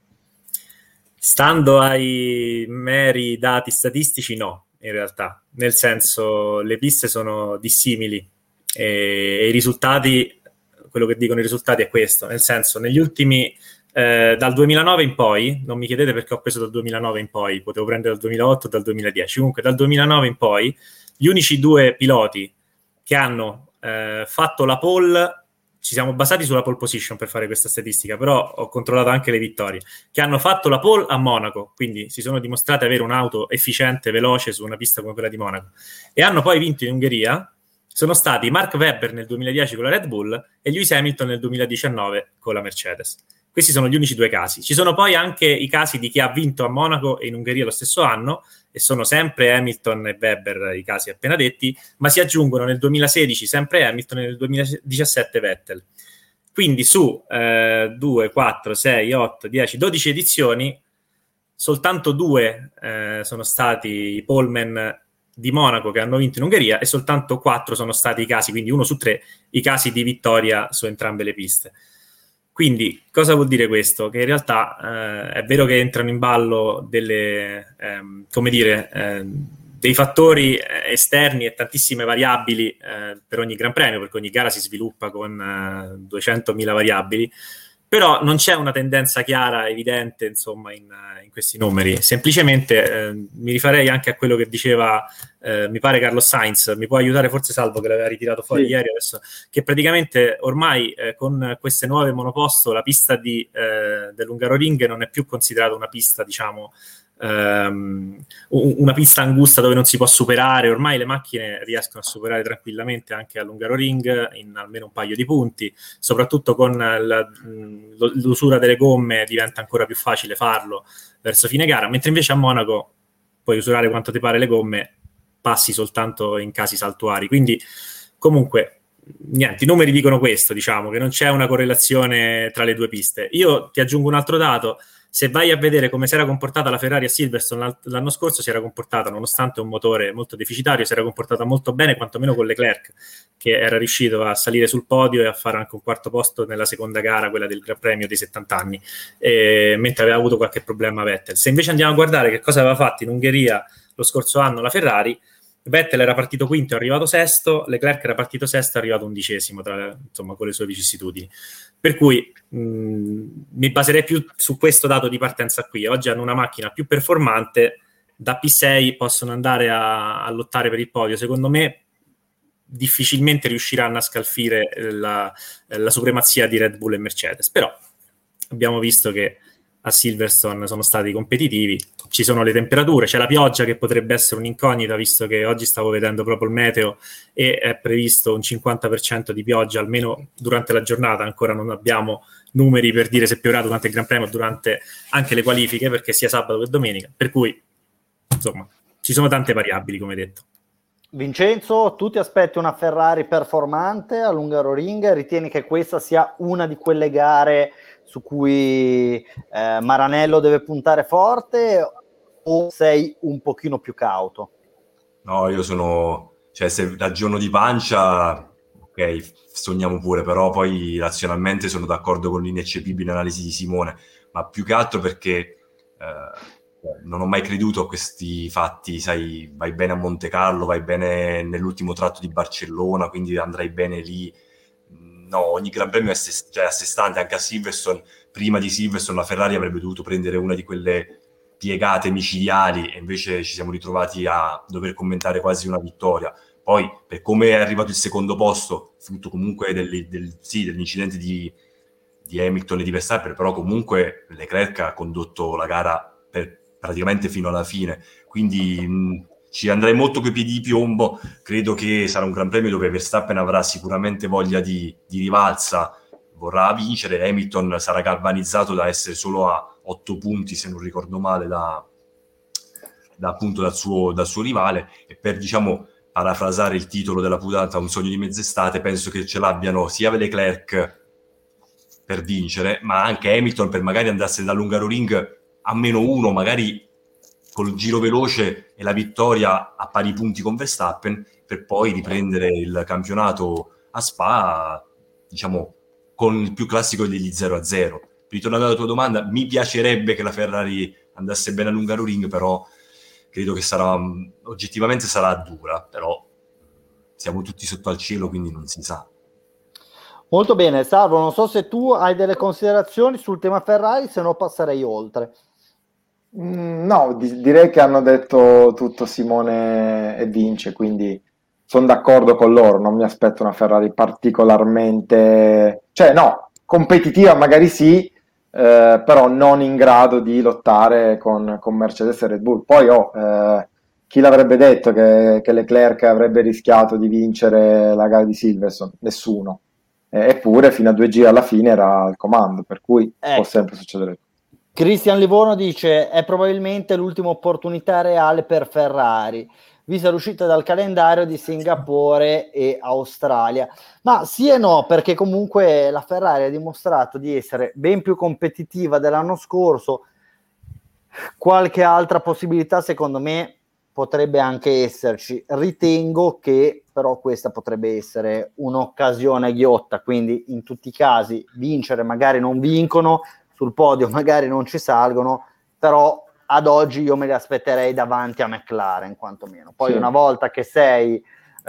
[SPEAKER 2] Stando ai meri dati statistici, no, in realtà. Nel senso, le piste sono dissimili e i risultati, quello che dicono i risultati è questo. Nel senso, negli ultimi, dal 2009 in poi, non mi chiedete perché ho preso dal 2009 in poi, potevo prendere dal 2008 o dal 2010. Comunque, dal 2009 in poi, gli unici due piloti che hanno fatto la pole, ci siamo basati sulla pole position per fare questa statistica, però ho controllato anche le vittorie, che hanno fatto la pole a Monaco, quindi si sono dimostrate avere un'auto efficiente, veloce su una pista come quella di Monaco, e hanno poi vinto in Ungheria, sono stati Mark Webber nel 2010 con la Red Bull e Lewis Hamilton nel 2019 con la Mercedes. Questi sono gli unici due casi. Ci sono poi anche i casi di chi ha vinto a Monaco e in Ungheria lo stesso anno, e sono sempre Hamilton e Webber i casi appena detti, ma si aggiungono nel 2016 sempre Hamilton e nel 2017 Vettel. Quindi su 2, 4, 6, 8, 10, 12 edizioni, soltanto 2 sono stati i poleman di Monaco che hanno vinto in Ungheria e soltanto 4 sono stati i casi, quindi 1 su 3, i casi di vittoria su entrambe le piste. Quindi cosa vuol dire questo? Che in realtà è vero che entrano in ballo dei fattori esterni e tantissime variabili per ogni Gran Premio, perché ogni gara si sviluppa con 200.000 variabili, però non c'è una tendenza chiara, evidente, insomma, in questi numeri. Semplicemente mi rifarei anche a quello che diceva, mi pare Carlos Sainz, mi può aiutare forse Salvo che l'aveva ritirato fuori ieri adesso, che praticamente ormai con queste nuove monoposto la pista dell'Hungaroring non è più considerata una pista, diciamo, una pista angusta dove non si può superare. Ormai le macchine riescono a superare tranquillamente anche all'Hungaroring in almeno un paio di punti, soprattutto con l'usura delle gomme diventa ancora più facile farlo verso fine gara, mentre invece a Monaco puoi usurare quanto ti pare le gomme, passi soltanto in casi saltuari. Quindi comunque niente, i numeri dicono questo, diciamo che non c'è una correlazione tra le due piste. Io ti aggiungo un altro dato: se vai a vedere come si era comportata la Ferrari a Silverstone l'anno scorso, si era comportata, nonostante un motore molto deficitario, si era comportata molto bene, quantomeno con Leclerc, che era riuscito a salire sul podio e a fare anche un quarto posto nella seconda gara, quella del Gran Premio dei 70 anni, mentre aveva avuto qualche problema Vettel. Se invece andiamo a guardare che cosa aveva fatto in Ungheria lo scorso anno la Ferrari, Vettel era partito quinto, è arrivato sesto, Leclerc era partito sesto, è arrivato 11º, insomma, con le sue vicissitudini. Per cui mi baserei più su questo dato di partenza qui. Oggi hanno una macchina più performante, da P6 possono andare a lottare per il podio. Secondo me difficilmente riusciranno a scalfire la supremazia di Red Bull e Mercedes, però abbiamo visto che a Silverstone sono stati competitivi, ci sono le temperature, c'è la pioggia che potrebbe essere un'incognita, visto che oggi stavo vedendo proprio il meteo e è previsto un 50% di pioggia almeno durante la giornata. Ancora non abbiamo numeri per dire se pioverà durante il Gran Premio, durante anche le qualifiche, perché sia sabato che domenica, per cui insomma ci sono tante variabili, come detto.
[SPEAKER 1] Vincenzo, tu ti aspetti una Ferrari performante all'Hungaroring? Ritieni che questa sia una di quelle gare su cui Maranello deve puntare forte, o sei un pochino più cauto?
[SPEAKER 4] No, io sono... Cioè, se ragiono di pancia, ok, sogniamo pure, però poi razionalmente sono d'accordo con l'ineccepibile analisi di Simone, ma più che altro perché non ho mai creduto a questi fatti, sai, vai bene a Monte Carlo, vai bene nell'ultimo tratto di Barcellona, quindi andrai bene lì. No, ogni Gran Premio è a sé stante, anche a Silverstone, prima di Silverstone la Ferrari avrebbe dovuto prendere una di quelle piegate micidiali e invece ci siamo ritrovati a dover commentare quasi una vittoria. Poi, per come è arrivato il secondo posto, frutto comunque dell'incidente di Hamilton e di Verstappen, però comunque Leclerc ha condotto la gara praticamente fino alla fine, quindi ci andrei molto coi piedi di piombo. Credo che sarà un Gran Premio dove Verstappen avrà sicuramente voglia di rivalsa, vorrà vincere, Hamilton sarà galvanizzato da essere solo a 8 punti, se non ricordo male, appunto dal suo rivale, e per, diciamo, parafrasare il titolo della puntata, Un sogno di mezz'estate, penso che ce l'abbiano sia Leclerc per vincere, ma anche Hamilton per magari andarsene dall'Hungaroring a -1, magari col giro veloce e la vittoria a pari punti con Verstappen, per poi riprendere il campionato a Spa, diciamo, con il più classico degli 0-0. Ritornando alla tua domanda, mi piacerebbe che la Ferrari andasse bene all'Hungaroring, però credo che oggettivamente sarà dura, però siamo tutti sotto al cielo, quindi non si sa.
[SPEAKER 1] Molto bene, Salvo, non so se tu hai delle considerazioni sul tema Ferrari, se no passerei oltre.
[SPEAKER 3] No, direi che hanno detto tutto Simone e Vince, quindi sono d'accordo con loro, non mi aspetto una Ferrari particolarmente, cioè no, competitiva magari sì, però non in grado di lottare con Mercedes e Red Bull. Poi chi l'avrebbe detto che Leclerc avrebbe rischiato di vincere la gara di Silverstone? Nessuno. Eppure fino a 2 giri alla fine era al comando, per cui può sempre succedere.
[SPEAKER 1] Cristian Livorno dice: è probabilmente l'ultima opportunità reale per Ferrari, vista l'uscita dal calendario di Singapore e Australia. Ma sì e no, perché comunque la Ferrari ha dimostrato di essere ben più competitiva dell'anno scorso. Qualche altra possibilità, secondo me, potrebbe anche esserci. Ritengo che però questa potrebbe essere un'occasione ghiotta, quindi in tutti i casi vincere, magari non vincono, sul podio magari non ci salgono, però ad oggi io me li aspetterei davanti a McLaren quantomeno. Poi una volta che sei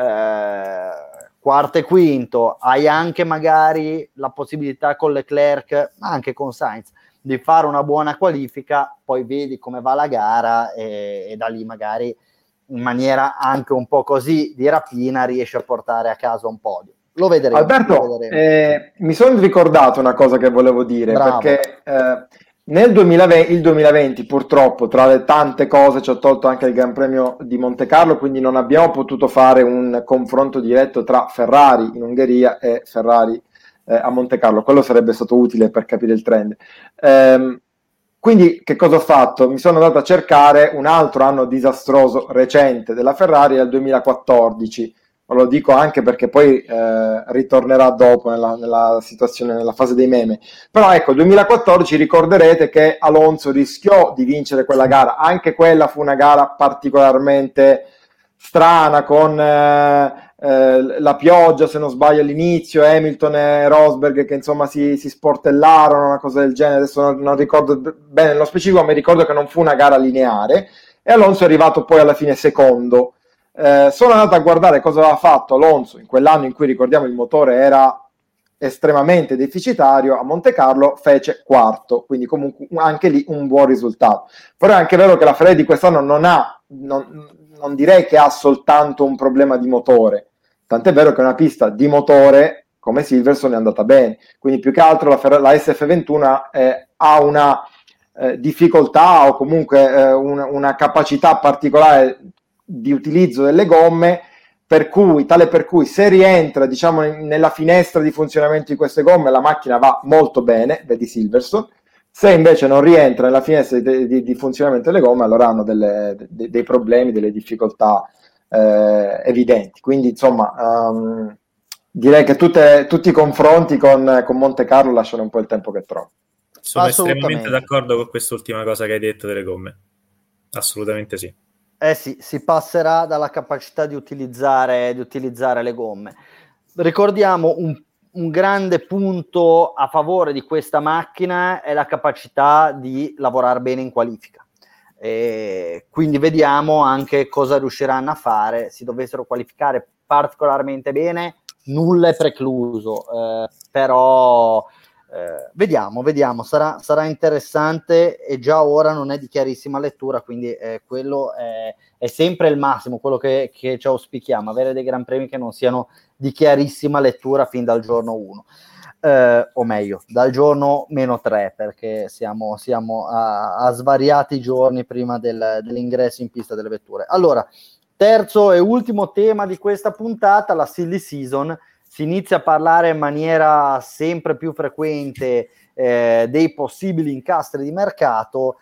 [SPEAKER 1] quarto e quinto, hai anche magari la possibilità con Leclerc, ma anche con Sainz, di fare una buona qualifica, poi vedi come va la gara e da lì magari in maniera anche un po' così di rapina riesci a portare a casa un podio. Lo vedremo.
[SPEAKER 3] Alberto, mi sono ricordato una cosa che volevo dire. Bravo. Perché nel 2020, il 2020 purtroppo tra le tante cose ci ho tolto anche il Gran Premio di Monte Carlo, quindi non abbiamo potuto fare un confronto diretto tra Ferrari in Ungheria e Ferrari a Monte Carlo. Quello sarebbe stato utile per capire il trend. Quindi che cosa ho fatto? Mi sono andato a cercare un altro anno disastroso recente della Ferrari, nel 2014. Lo dico anche perché poi ritornerà dopo nella situazione, nella fase dei meme. Però ecco, 2014 ricorderete che Alonso rischiò di vincere quella gara. Anche quella fu una gara particolarmente strana, con la pioggia, se non sbaglio, all'inizio, Hamilton e Rosberg che insomma si sportellarono, una cosa del genere. Adesso non ricordo bene nello specifico, ma mi ricordo che non fu una gara lineare e Alonso è arrivato poi alla fine secondo. Sono andato a guardare cosa aveva fatto Alonso in quell'anno in cui, ricordiamo, il motore era estremamente deficitario. A Monte Carlo fece quarto, quindi comunque anche lì un buon risultato. Però è anche vero che la Ferrari di quest'anno non direi che ha soltanto un problema di motore, tant'è vero che una pista di motore come Silverstone è andata bene, quindi più che altro la SF21 ha una difficoltà o comunque una capacità particolare di utilizzo delle gomme, tale per cui se rientra, diciamo, nella finestra di funzionamento di queste gomme, la macchina va molto bene, vedi Silverstone. Se invece non rientra nella finestra di funzionamento delle gomme, allora hanno dei problemi, delle difficoltà evidenti. Quindi insomma direi che tutti i confronti con Monte Carlo lasciano un po' il tempo che trova.
[SPEAKER 2] Sono estremamente d'accordo con quest'ultima cosa che hai detto delle gomme. Assolutamente sì.
[SPEAKER 1] Sì, si passerà dalla capacità di utilizzare le gomme. Ricordiamo un grande punto a favore di questa macchina è la capacità di lavorare bene in qualifica. Quindi vediamo anche cosa riusciranno a fare. Si dovessero qualificare particolarmente bene, nulla è precluso, però vediamo, sarà interessante, e già ora non è di chiarissima lettura, quindi quello è sempre il massimo, quello che ci auspichiamo, avere dei gran premi che non siano di chiarissima lettura fin dal giorno 1. O meglio, dal giorno -3, perché siamo a svariati giorni prima dell'ingresso in pista delle vetture. Allora, terzo e ultimo tema di questa puntata, la silly season. Si inizia a parlare in maniera sempre più frequente dei possibili incastri di mercato.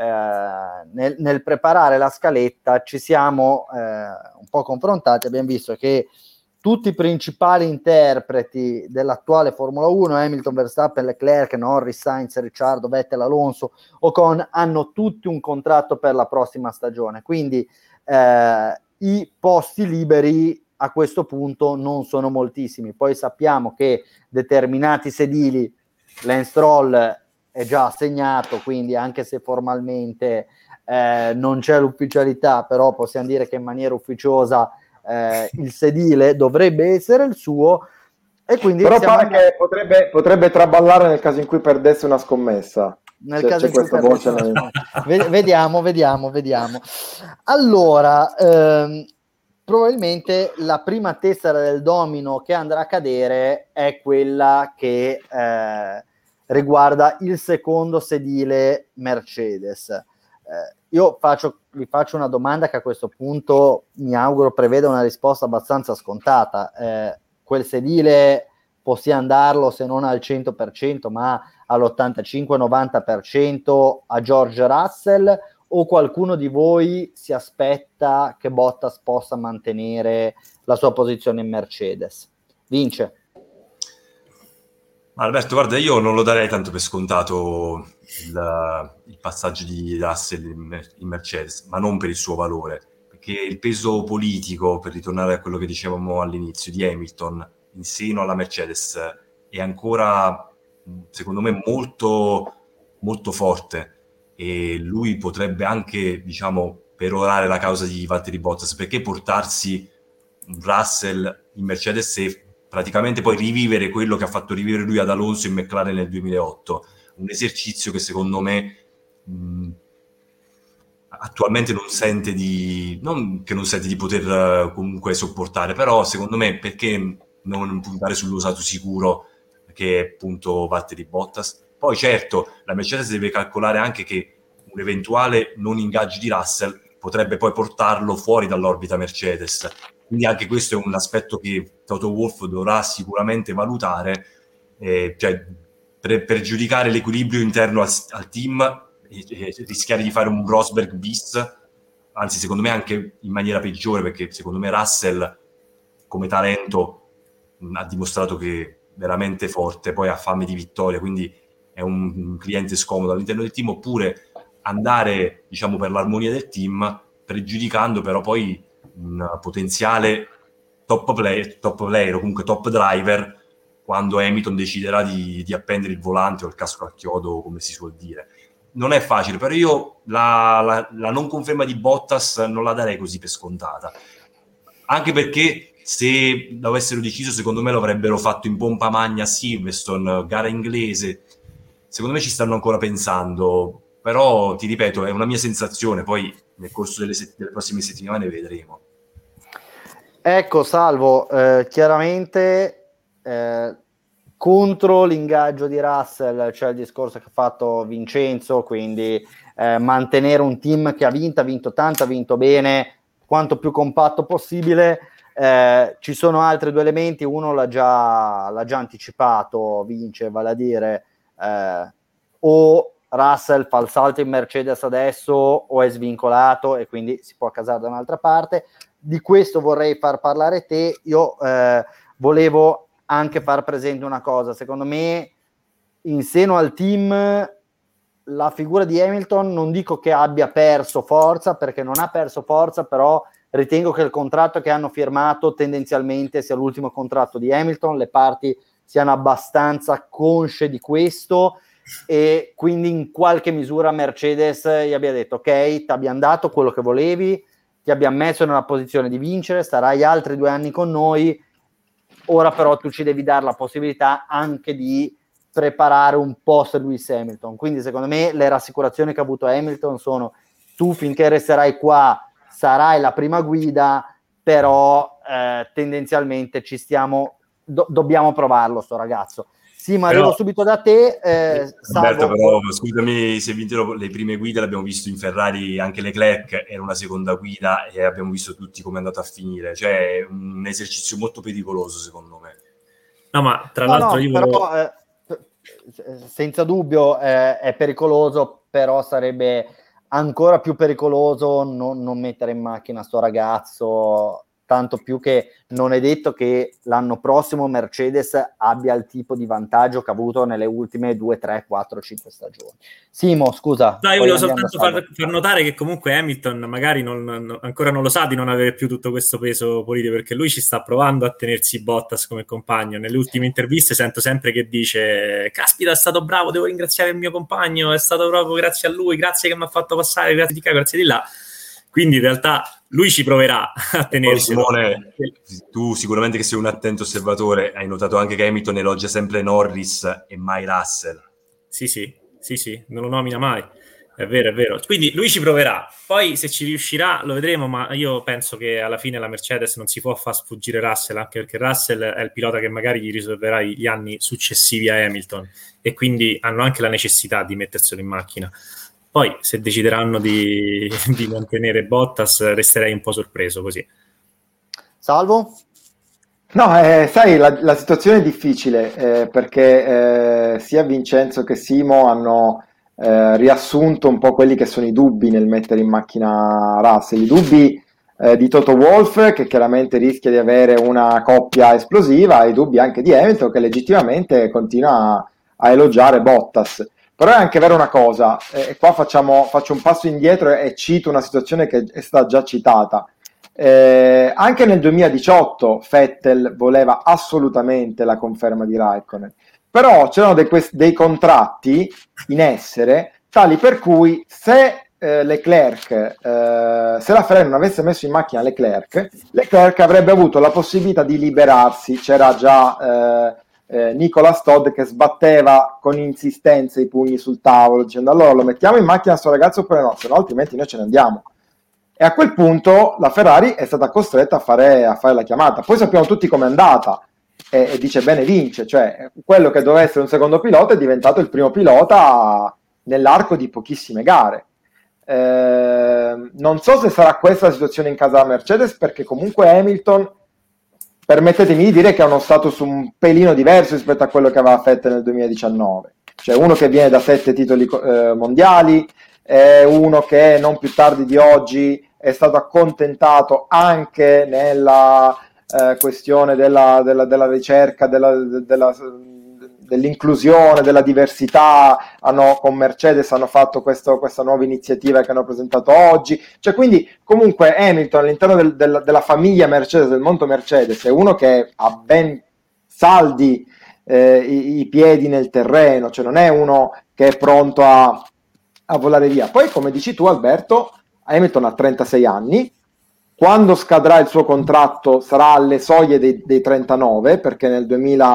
[SPEAKER 1] Nel preparare la scaletta ci siamo un po' confrontati, abbiamo visto che tutti i principali interpreti dell'attuale Formula 1, Hamilton, Verstappen, Leclerc, Norris, Sainz, Ricciardo, Vettel, Alonso, Ocon, hanno tutti un contratto per la prossima stagione, quindi i posti liberi a questo punto non sono moltissimi. Poi sappiamo che determinati sedili Lance Stroll è già assegnato, quindi anche se formalmente non c'è l'ufficialità, però possiamo dire che in maniera ufficiosa il sedile dovrebbe essere il suo, e quindi
[SPEAKER 3] però pare che potrebbe traballare nel caso in cui perdesse una scommessa.
[SPEAKER 1] Nel caso in cui perdesse una scommessa. Vediamo. Allora, probabilmente la prima tessera del domino che andrà a cadere è quella che riguarda il secondo sedile Mercedes. Io vi faccio una domanda che a questo punto mi auguro preveda una risposta abbastanza scontata. Quel sedile possiamo darlo se non al 100%, ma all'85-90% a George Russell, o qualcuno di voi si aspetta che Bottas possa mantenere la sua posizione in Mercedes? Vince.
[SPEAKER 4] Alberto, guarda, io non lo darei tanto per scontato il passaggio di Russell in Mercedes, ma non per il suo valore, perché il peso politico, per ritornare a quello che dicevamo all'inizio, di Hamilton in seno alla Mercedes è ancora, secondo me, molto, molto forte, e lui potrebbe anche, diciamo, perorare la causa di Valtteri Bottas, perché portarsi Russell in Mercedes e praticamente poi rivivere quello che ha fatto rivivere lui ad Alonso in McLaren nel 2008, un esercizio che secondo me attualmente non sente di poter comunque sopportare, però secondo me perché non puntare sull'usato sicuro, che è appunto Valtteri Bottas. Poi certo la Mercedes deve calcolare anche che un eventuale non ingaggio di Russell potrebbe poi portarlo fuori dall'orbita Mercedes, quindi anche questo è un aspetto che Toto Wolff dovrà sicuramente valutare, cioè per giudicare l'equilibrio interno al team e rischiare di fare un Rosberg bis, anzi secondo me anche in maniera peggiore, perché secondo me Russell come talento ha dimostrato che è veramente forte, poi ha fame di vittoria, quindi è un cliente scomodo all'interno del team, oppure andare, diciamo, per l'armonia del team, pregiudicando però poi un potenziale top player o comunque top driver quando Hamilton deciderà di appendere il volante o il casco al chiodo, come si suol dire. Non è facile, però io la non conferma di Bottas non la darei così per scontata, anche perché se l'avessero deciso secondo me lo avrebbero fatto in pompa magna a Silverstone, gara inglese. Secondo me ci stanno ancora pensando, però ti ripeto, è una mia sensazione, poi nel corso delle prossime settimane vedremo.
[SPEAKER 1] Ecco, Salvo, chiaramente contro l'ingaggio di Russell c'è il discorso che ha fatto Vincenzo, quindi mantenere un team che ha vinto tanto, ha vinto bene, quanto più compatto possibile. Ci sono altri due elementi, uno l'ha già anticipato Vince, vale a dire o Russell fa il salto in Mercedes adesso o è svincolato e quindi si può casare da un'altra parte. di questo vorrei far parlare te. Io volevo anche far presente una cosa: secondo me in seno al team la figura di Hamilton non dico che abbia perso forza, perché non ha perso forza, però ritengo che il contratto che hanno firmato tendenzialmente sia l'ultimo contratto di Hamilton, le parti siano abbastanza consce di questo, e quindi in qualche misura Mercedes gli abbia detto: ok, ti abbiamo dato quello che volevi, ti abbiamo messo nella posizione di vincere, starai altri 2 anni con noi, ora però tu ci devi dare la possibilità anche di preparare un post Lewis Hamilton. Quindi secondo me le rassicurazioni che ha avuto Hamilton sono: tu finché resterai qua sarai la prima guida, però tendenzialmente ci stiamo, dobbiamo provarlo sto ragazzo. Sì, ma arrivo subito da te.
[SPEAKER 4] Alberto, però scusami se vinto le prime guide, l'abbiamo visto in Ferrari, anche Leclerc era una seconda guida e abbiamo visto tutti come è andato a finire, cioè è un esercizio molto pericoloso secondo me.
[SPEAKER 2] No, ma tra l'altro io
[SPEAKER 1] però, senza dubbio è pericoloso, però sarebbe ancora più pericoloso non mettere in macchina sto ragazzo, tanto più che non è detto che l'anno prossimo Mercedes abbia il tipo di vantaggio che ha avuto nelle ultime 2, 3, 4, 5 stagioni. Simo, scusa.
[SPEAKER 2] No, io volevo soltanto far notare che comunque Hamilton magari ancora non lo sa di non avere più tutto questo peso politico, perché lui ci sta provando a tenersi Bottas come compagno. Nelle ultime interviste sento sempre che dice: caspita, è stato bravo, devo ringraziare il mio compagno, è stato proprio grazie a lui, grazie che mi ha fatto passare, grazie di qua, grazie di là. Quindi in realtà lui ci proverà a tenersi.
[SPEAKER 4] Simone, tu sicuramente che sei un attento osservatore, hai notato anche che Hamilton elogia sempre Norris e mai Russell.
[SPEAKER 2] Sì, non lo nomina mai. È vero. Quindi lui ci proverà. Poi se ci riuscirà lo vedremo, ma io penso che alla fine la Mercedes non si può far sfuggire Russell, anche perché Russell è il pilota che magari gli risolverà gli anni successivi a Hamilton, e quindi hanno anche la necessità di metterselo in macchina. Poi se decideranno di mantenere Bottas resterei un po' sorpreso così.
[SPEAKER 1] Salvo?
[SPEAKER 3] No, sai, la situazione è difficile perché sia Vincenzo che Simo hanno riassunto un po' quelli che sono i dubbi nel mettere in macchina Russell, i dubbi di Toto Wolff, che chiaramente rischia di avere una coppia esplosiva, e i dubbi anche di Hamilton, che legittimamente continua a elogiare Bottas. Però è anche vera una cosa, e qua faccio un passo indietro e cito una situazione che è stata già citata. Anche nel 2018 Vettel voleva assolutamente la conferma di Raikkonen, però c'erano dei contratti in essere tali per cui se Leclerc, se la Ferrari non avesse messo in macchina Leclerc avrebbe avuto la possibilità di liberarsi. C'era già Nicolas Todd che sbatteva con insistenza i pugni sul tavolo dicendo: allora lo mettiamo in macchina sto ragazzo oppure no, se no altrimenti noi ce ne andiamo. E a quel punto la Ferrari è stata costretta a fare la chiamata. Poi sappiamo tutti com'è andata, e dice bene vince, cioè quello che doveva essere un secondo pilota è diventato il primo pilota nell'arco di pochissime gare. Non so se sarà questa la situazione in casa della Mercedes, perché comunque Hamilton, permettetemi di dire che ha uno status un pelino diverso rispetto a quello che aveva Vettel nel 2019, cioè uno che viene da 7 titoli mondiali, è uno che non più tardi di oggi è stato accontentato anche nella questione della ricerca, dell'inclusione, della diversità. Con Mercedes hanno fatto questa nuova iniziativa che hanno presentato oggi, cioè quindi comunque Hamilton all'interno della famiglia Mercedes, del mondo Mercedes, è uno che ha ben saldi i piedi nel terreno, cioè non è uno che è pronto a volare via. Poi, come dici tu Alberto, Hamilton ha 36 anni, quando scadrà il suo contratto sarà alle soglie dei 39, perché nel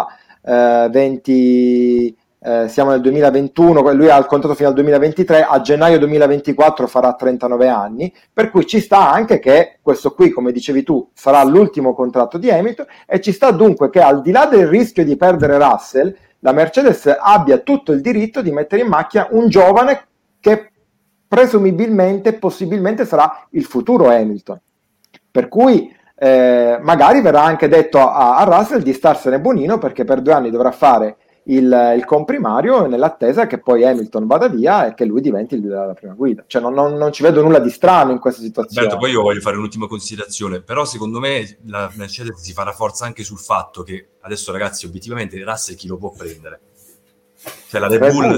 [SPEAKER 3] 2020 siamo nel 2021, lui ha il contratto fino al 2023, a gennaio 2024 farà 39 anni, per cui ci sta anche che questo qui, come dicevi tu, sarà l'ultimo contratto di Hamilton, e ci sta dunque che, al di là del rischio di perdere Russell, la Mercedes abbia tutto il diritto di mettere in macchina un giovane che presumibilmente, possibilmente sarà il futuro Hamilton, per cui magari verrà anche detto a Russell di starsene buonino, perché per 2 anni dovrà fare il comprimario nell'attesa che poi Hamilton vada via e che lui diventi la prima guida. Cioè non ci vedo nulla di strano in questa situazione.
[SPEAKER 4] Roberto, poi io voglio fare un'ultima considerazione, però secondo me la Mercedes si fa la forza anche sul fatto che adesso, ragazzi, obiettivamente Russell chi lo può prendere? Cioè la Red Bull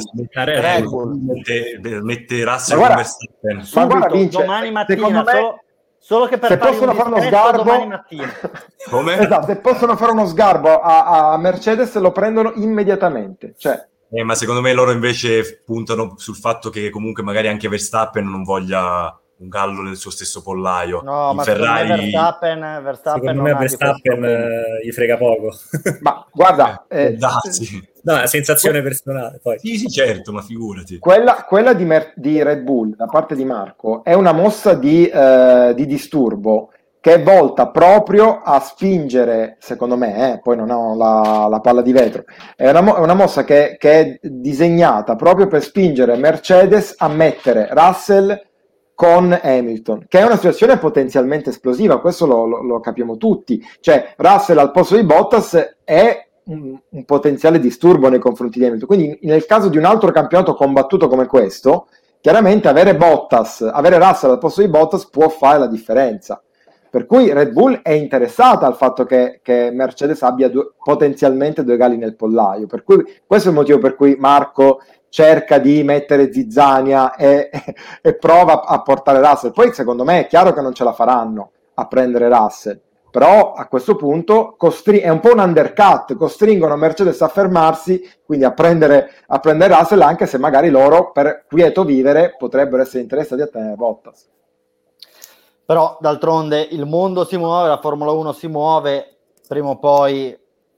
[SPEAKER 4] mette Russell con Verstappen.
[SPEAKER 1] Subito, domani mattina, solo che per
[SPEAKER 3] se possono fare uno sgarbo
[SPEAKER 1] domani mattina.
[SPEAKER 4] Come?
[SPEAKER 3] Esatto, se possono fare uno sgarbo a Mercedes lo prendono immediatamente, cioè.
[SPEAKER 4] Ma secondo me loro invece puntano sul fatto che comunque magari anche Verstappen non voglia un gallo nel suo stesso pollaio.
[SPEAKER 1] No,
[SPEAKER 4] in
[SPEAKER 1] ma
[SPEAKER 4] Ferrari
[SPEAKER 2] secondo me Verstappen gli frega poco.
[SPEAKER 3] Ma guarda,
[SPEAKER 2] no, è una sensazione personale. Poi.
[SPEAKER 4] Sì, certo, ma figurati.
[SPEAKER 3] Quella di Red Bull da parte di Marco è una mossa di disturbo che è volta proprio a spingere, secondo me, poi non ho la palla di vetro, è una mossa che è disegnata proprio per spingere Mercedes a mettere Russell con Hamilton, che è una situazione potenzialmente esplosiva, questo lo capiamo tutti, cioè Russell al posto di Bottas è un potenziale disturbo nei confronti di Hamilton, quindi nel caso di un altro campionato combattuto come questo, chiaramente avere Russell al posto di Bottas può fare la differenza. Per cui Red Bull è interessata al fatto che Mercedes abbia potenzialmente due galli nel pollaio. Per cui questo è il motivo per cui Marco cerca di mettere zizzania e prova a portare Russell. Poi secondo me è chiaro che non ce la faranno a prendere Russell, però a questo punto è un po' un undercut, costringono Mercedes a fermarsi, quindi a prendere Russell, anche se magari loro per quieto vivere potrebbero essere interessati a tenere Bottas.
[SPEAKER 1] Però d'altronde il mondo si muove, la Formula 1 si muove, prima o poi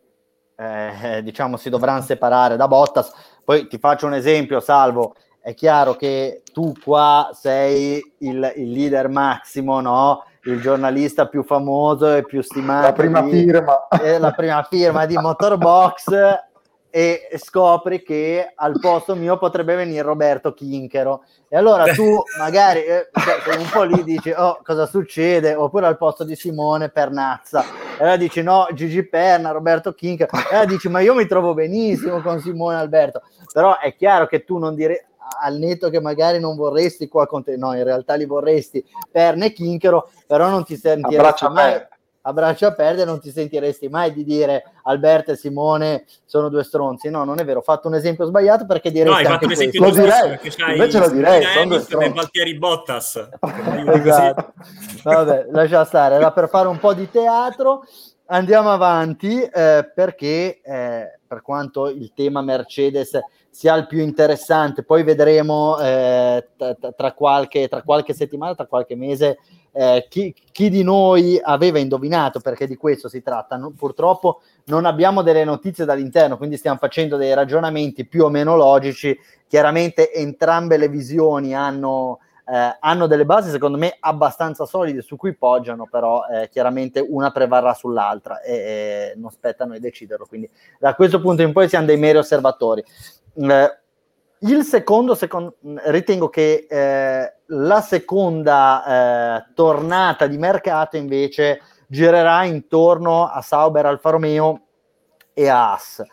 [SPEAKER 1] si dovranno separare da Bottas. Poi ti faccio un esempio, Salvo, è chiaro che tu qua sei il leader massimo, no? Il giornalista più famoso e più stimato, la prima firma di Motorbox, e scopri che al posto mio potrebbe venire Roberto Chinchero, e allora tu magari un po' lì dici cosa succede, oppure al posto di Simone Pernazza, e allora dici no, Gigi Perna, Roberto Chinchero, e allora dici ma io mi trovo benissimo con Simone Alberto. Però è chiaro che tu non dire, al netto che magari non vorresti qua con te, no, in realtà li vorresti Perna e Chinchero, però non ti sentiresti mai a braccia aperte, non ti sentiresti mai di dire Alberto e Simone sono due stronzi. No, non è vero, ho fatto un esempio sbagliato perché direi
[SPEAKER 2] no, hai fatto un esempio
[SPEAKER 3] lo direi, invece lo direi, sono due stronzi.
[SPEAKER 2] Valtieri Bottas.
[SPEAKER 1] Esatto. Vabbè, lascia stare, era per fare un po' di teatro. Andiamo avanti, perché per quanto il tema Mercedes sia il più interessante, poi vedremo tra qualche settimana, tra qualche mese, chi di noi aveva indovinato, perché di questo si tratta. Purtroppo non abbiamo delle notizie dall'interno, quindi stiamo facendo dei ragionamenti più o meno logici. Chiaramente entrambe le visioni hanno delle basi secondo me abbastanza solide su cui poggiano, però chiaramente una prevarrà sull'altra e non spetta a noi deciderlo, quindi da questo punto in poi siamo dei meri osservatori. Il secondo ritengo che la seconda tornata di mercato invece girerà intorno a Sauber, Alfa Romeo e Haas.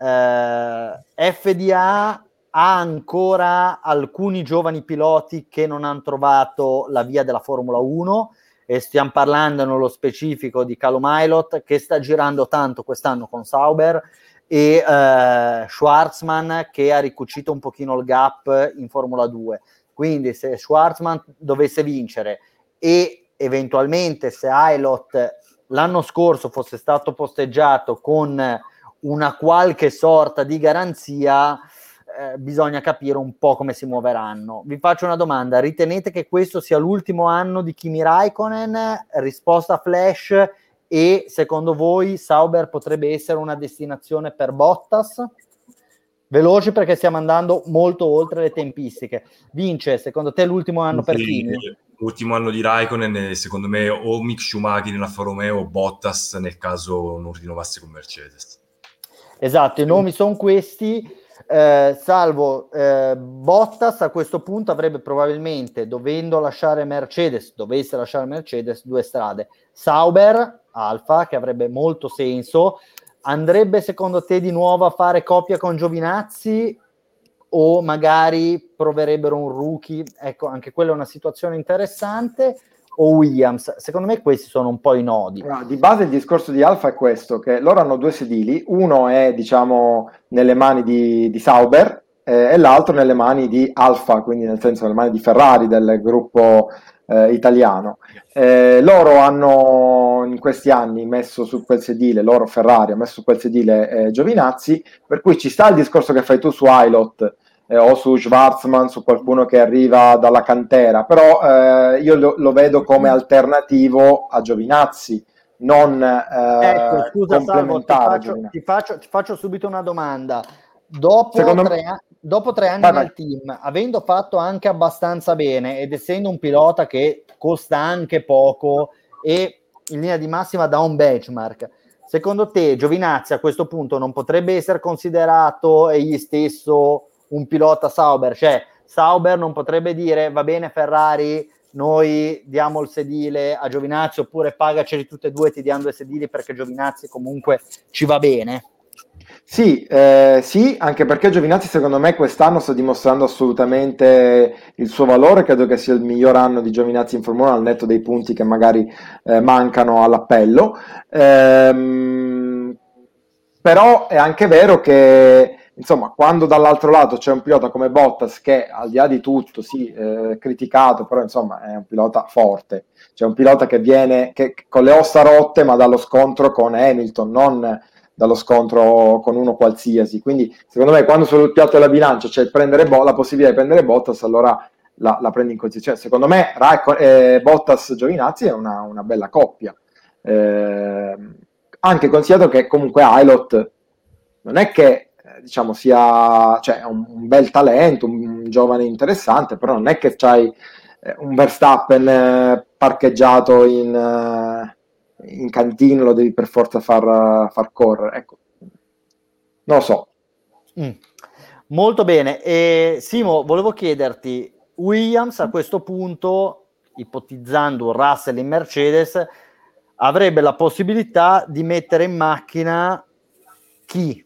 [SPEAKER 1] FDA ha ancora alcuni giovani piloti che non hanno trovato la via della Formula 1, e stiamo parlando nello specifico di Callum Ilott, che sta girando tanto quest'anno con Sauber, e Schwartzman, che ha ricucito un pochino il gap in Formula 2. Quindi se Schwartzman dovesse vincere e eventualmente se Ilott l'anno scorso fosse stato posteggiato con una qualche sorta di garanzia, bisogna capire un po' come si muoveranno. Vi faccio una domanda: ritenete che questo sia l'ultimo anno di Kimi Räikkönen? Risposta flash. E secondo voi Sauber potrebbe essere una destinazione per Bottas? Veloci, perché stiamo andando molto oltre le tempistiche. Vince, secondo te l'ultimo anno per Kimi?
[SPEAKER 4] L'ultimo anno di Räikkönen, secondo me, o Mick Schumacher nell'Alfa Romeo o Bottas nel caso non rinnovasse con Mercedes.
[SPEAKER 1] Esatto, i nomi sono questi. Salvo Bottas a questo punto avrebbe probabilmente, dovesse lasciare Mercedes, due strade: Sauber, Alfa, che avrebbe molto senso, andrebbe secondo te di nuovo a fare coppia con Giovinazzi o magari proverebbero un rookie? Ecco, anche quella è una situazione interessante. O Williams? Secondo me questi sono un po' i nodi.
[SPEAKER 3] Di base il discorso di Alfa è questo, che loro hanno 2 sedili, uno è diciamo nelle mani di Sauber e l'altro nelle mani di Alfa, quindi nel senso nelle mani di Ferrari, del gruppo italiano. Loro hanno in questi anni messo su quel sedile, loro Ferrari ha messo su quel sedile Giovinazzi, per cui ci sta il discorso che fai tu su Ailot, o su Schwarzman, su qualcuno che arriva dalla cantera, però io lo vedo come alternativo a Giovinazzi, non
[SPEAKER 1] ecco, scusa
[SPEAKER 3] complementare.
[SPEAKER 1] Salvo, ti faccio subito una domanda. Dopo 3 anni
[SPEAKER 3] vai.
[SPEAKER 1] nel team, avendo fatto anche abbastanza bene ed essendo un pilota che costa anche poco e in linea di massima da un benchmark, secondo te Giovinazzi a questo punto non potrebbe essere considerato egli stesso un pilota Sauber? Cioè Sauber non potrebbe dire va bene Ferrari, noi diamo il sedile a Giovinazzi, oppure pagaceli tutte e due, ti diamo 2 sedili perché Giovinazzi comunque ci va bene?
[SPEAKER 3] Sì, anche perché Giovinazzi secondo me quest'anno sta dimostrando assolutamente il suo valore, credo che sia il miglior anno di Giovinazzi in Formula 1 al netto dei punti che magari mancano all'appello, però è anche vero che insomma quando dall'altro lato c'è un pilota come Bottas che al di là di tutto criticato, però insomma è un pilota forte, c'è un pilota che viene con le ossa rotte ma dallo scontro con Hamilton, non dallo scontro con uno qualsiasi, quindi secondo me quando sul piatto della bilancia c'è la possibilità di prendere Bottas, allora la prendi in considerazione. Secondo me Bottas-Giovinazzi è una bella coppia, anche considerato che comunque Ailot non è che diciamo sia, cioè, un bel talento, un giovane interessante, però non è che c'hai un Verstappen parcheggiato in cantina, lo devi per forza far correre, ecco, non lo so.
[SPEAKER 1] Molto bene. E Simo, volevo chiederti, Williams a questo punto, ipotizzando un Russell in Mercedes, avrebbe la possibilità di mettere in macchina chi?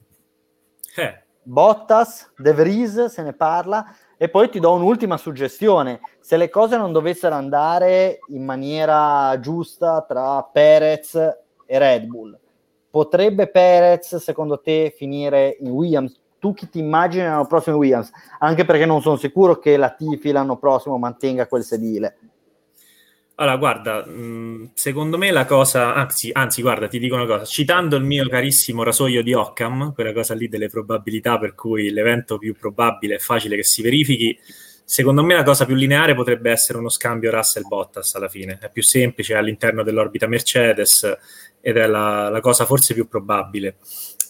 [SPEAKER 1] Bottas, De Vries, se ne parla. E poi ti do un'ultima suggestione: se le cose non dovessero andare in maniera giusta tra Perez e Red Bull, potrebbe Perez secondo te finire in Williams? Tu chi ti immagini l'anno prossimo in Williams? Anche perché non sono sicuro che Latifi l'anno prossimo mantenga quel sedile.
[SPEAKER 2] Allora, guarda, secondo me la cosa, anzi, guarda, ti dico una cosa, citando il mio carissimo rasoio di Occam, quella cosa lì delle probabilità per cui l'evento più probabile è facile che si verifichi, secondo me la cosa più lineare potrebbe essere uno scambio Russell-Bottas alla fine, è più semplice, è all'interno dell'orbita Mercedes ed è la cosa forse più probabile.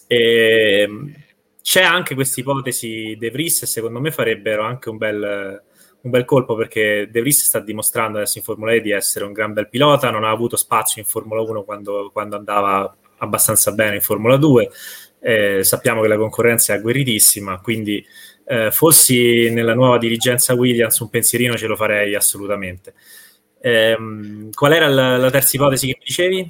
[SPEAKER 2] C'è anche questa ipotesi De Vries e secondo me farebbero anche un bel colpo, perché De Vries sta dimostrando adesso in Formula E di essere un gran bel pilota, non ha avuto spazio in Formula 1 quando andava abbastanza bene in Formula 2, sappiamo che la concorrenza è agguerritissima, quindi fossi nella nuova dirigenza Williams un pensierino ce lo farei assolutamente. Qual era la terza ipotesi che mi dicevi?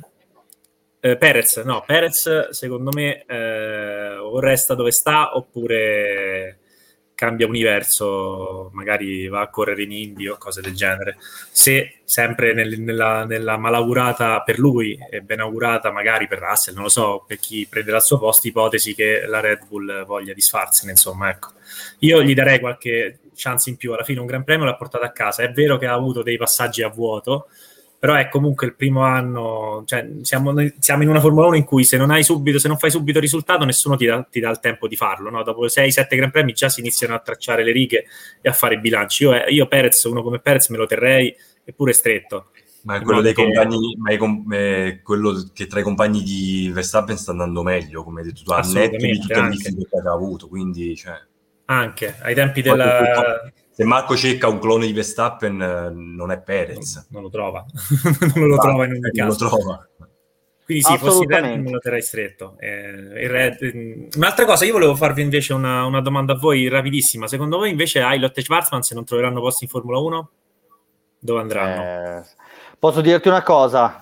[SPEAKER 2] Perez secondo me o resta dove sta oppure cambia universo, magari va a correre in Indy o cose del genere, se sempre nella malaugurata per lui e ben augurata magari per Russell, non lo so, per chi prenderà il suo posto, ipotesi che la Red Bull voglia disfarsene, insomma, ecco. Io gli darei qualche chance in più, alla fine un Gran Premio l'ha portato a casa, è vero che ha avuto dei passaggi a vuoto, però è comunque il primo anno, cioè siamo in una Formula 1 in cui se non fai subito risultato nessuno ti dà il tempo di farlo, no? Dopo 6-7 Gran Premi già si iniziano a tracciare le righe e a fare i bilanci. Io Perez, uno come Perez me lo terrei, eppure stretto.
[SPEAKER 4] Ma è quello dei compagni, è quello che tra i compagni di Verstappen sta andando meglio, come hai detto tu, al netto di tutte le difficoltà che ha avuto, quindi
[SPEAKER 2] anche ai tempi della...
[SPEAKER 4] Se Marco cerca un clone di Verstappen, non è Perez.
[SPEAKER 2] Non lo trova. Non lo trova in ogni caso.
[SPEAKER 4] Non lo trova.
[SPEAKER 2] Quindi sì, fossi Red me lo terrei stretto. Un'altra cosa, io volevo farvi invece una domanda a voi rapidissima. Secondo voi invece Ailot e Schwarzman, se non troveranno posti in Formula 1, dove andranno?
[SPEAKER 1] Posso dirti una cosa?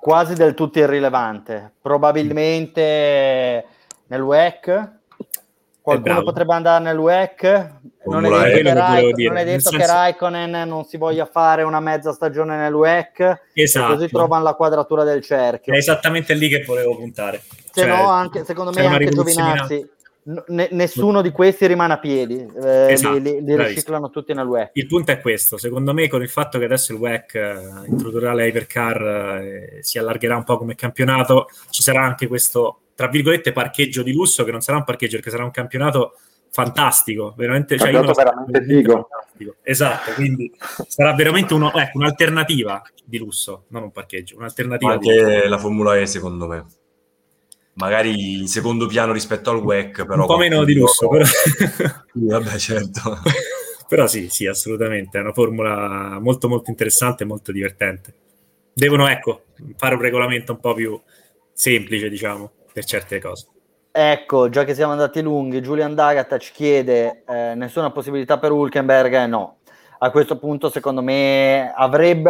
[SPEAKER 1] quasi del tutto irrilevante. Probabilmente nel WEC. Qualcuno potrebbe andare nel WEC. Non è detto che Raikkonen non si voglia fare una mezza stagione nel WEC,
[SPEAKER 2] esatto.
[SPEAKER 1] E così trovano la quadratura del cerchio.
[SPEAKER 2] È esattamente lì che volevo puntare.
[SPEAKER 1] Se no, anche, secondo me, anche Giovinazzi, nessuno di questi rimane a piedi.
[SPEAKER 2] Esatto,
[SPEAKER 1] li riciclano tutti nel WEC.
[SPEAKER 2] Il punto è questo: secondo me, con il fatto che adesso il WEC introdurrà le hypercar, si allargherà un po' come campionato, ci sarà anche questo, tra virgolette, parcheggio di lusso, che non sarà un parcheggio perché sarà un campionato fantastico, veramente,
[SPEAKER 3] veramente figo.
[SPEAKER 2] Fantastico. Esatto, quindi sarà veramente un'alternativa di lusso, non un parcheggio, un'alternativa.
[SPEAKER 4] Ma anche la Formula E, secondo me, magari in secondo piano rispetto al WEC, però
[SPEAKER 2] un po' meno di lusso, però.
[SPEAKER 4] Vabbè, certo.
[SPEAKER 2] Però sì, assolutamente, è una formula molto molto interessante e molto divertente. Devono, fare un regolamento un po' più semplice, diciamo, per certe cose.
[SPEAKER 1] Ecco, già che siamo andati lunghi, Julian D'Agata ci chiede nessuna possibilità per Hülkenberg? No. A questo punto, secondo me, ha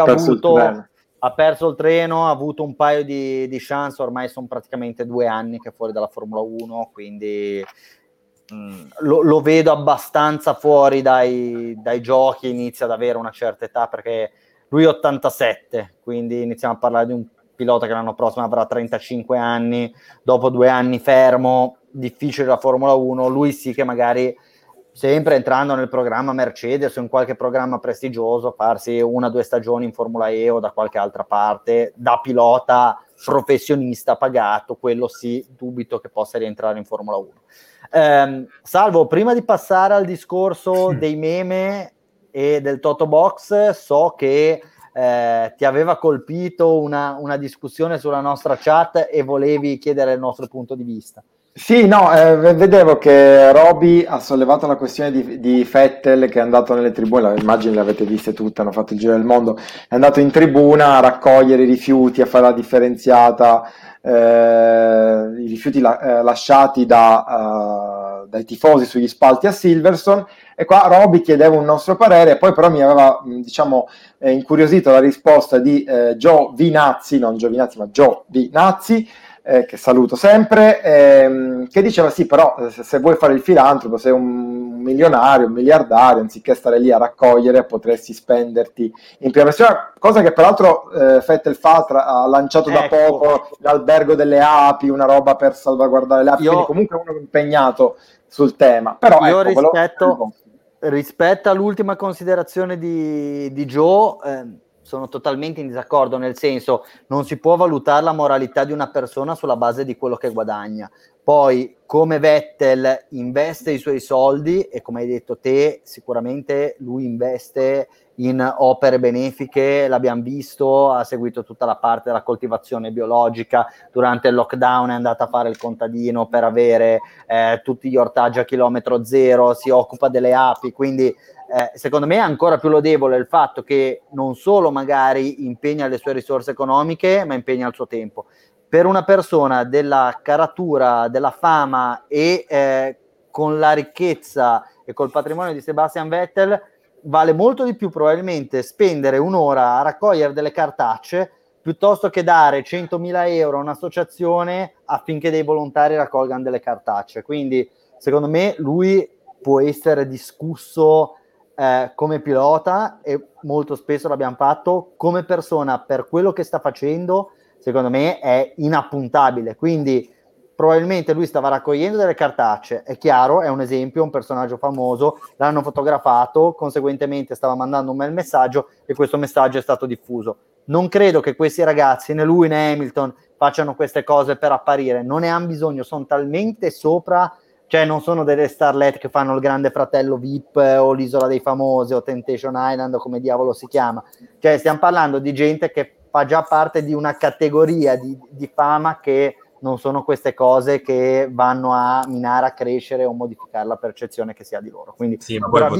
[SPEAKER 1] perso il treno, ha avuto un paio di chance, ormai sono praticamente 2 anni che è fuori dalla Formula 1, quindi lo vedo abbastanza fuori dai giochi, inizia ad avere una certa età, perché lui è 87, quindi iniziamo a parlare di un pilota che l'anno prossimo avrà 35 anni, dopo 2 anni fermo, difficile la Formula 1, lui sì che magari, sempre entrando nel programma Mercedes o in qualche programma prestigioso, farsi 1 o 2 stagioni in Formula E o da qualche altra parte, da pilota professionista pagato, quello sì, dubito che possa rientrare in Formula 1. Salvo, prima di passare al discorso dei meme e del Toto Box, so che ti aveva colpito una discussione sulla nostra chat e volevi chiedere il nostro punto di vista.
[SPEAKER 3] Sì, no, vedevo che Roby ha sollevato la questione di Vettel, che è andato nelle tribune, immagino le avete viste tutte, hanno fatto il giro del mondo, è andato in tribuna a raccogliere i rifiuti, a fare la differenziata, i rifiuti lasciati dai tifosi sugli spalti a Silverstone, e qua Roby chiedeva un nostro parere, poi però mi aveva, incuriosito la risposta di Giovinazzi, non Giovinazzi ma Giovinazzi, che saluto sempre, che diceva sì, però se vuoi fare il filantropo, sei un milionario, un miliardario, anziché stare lì a raccogliere potresti spenderti in prima persona, cosa che peraltro Vettel ha lanciato da poco, l'albergo delle api, una roba per salvaguardare le api, quindi comunque uno impegnato sul tema. Però
[SPEAKER 1] io rispetto all'ultima considerazione di Joe, sono totalmente in disaccordo, nel senso, non si può valutare la moralità di una persona sulla base di quello che guadagna. Poi, come Vettel investe i suoi soldi, e come hai detto te, sicuramente lui investe in opere benefiche, l'abbiamo visto, ha seguito tutta la parte della coltivazione biologica, durante il lockdown è andata a fare il contadino per avere tutti gli ortaggi a chilometro zero, si occupa delle api, quindi secondo me è ancora più lodevole il fatto che non solo magari impegna le sue risorse economiche, ma impegna il suo tempo. Per una persona della caratura, della fama e con la ricchezza e col patrimonio di Sebastian Vettel, vale molto di più probabilmente spendere 1 ora a raccogliere delle cartacce piuttosto che dare 100.000 euro a un'associazione affinché dei volontari raccolgano delle cartacce. Quindi secondo me lui può essere discusso come pilota, e molto spesso l'abbiamo fatto, come persona per quello che sta facendo secondo me è inappuntabile, quindi probabilmente lui stava raccogliendo delle cartacce, è chiaro, è un esempio, un personaggio famoso, l'hanno fotografato, conseguentemente stava mandando un bel messaggio e questo messaggio è stato diffuso. Non credo che questi ragazzi, né lui né Hamilton, facciano queste cose per apparire, non ne hanno bisogno, sono talmente sopra, cioè non sono delle starlet che fanno il Grande Fratello VIP o l'Isola dei Famosi o Temptation Island o come diavolo si chiama, cioè stiamo parlando di gente che fa già parte di una categoria di fama che non sono queste cose che vanno a minare, a crescere o modificare la percezione che si ha di loro. Quindi
[SPEAKER 4] sì, ma poi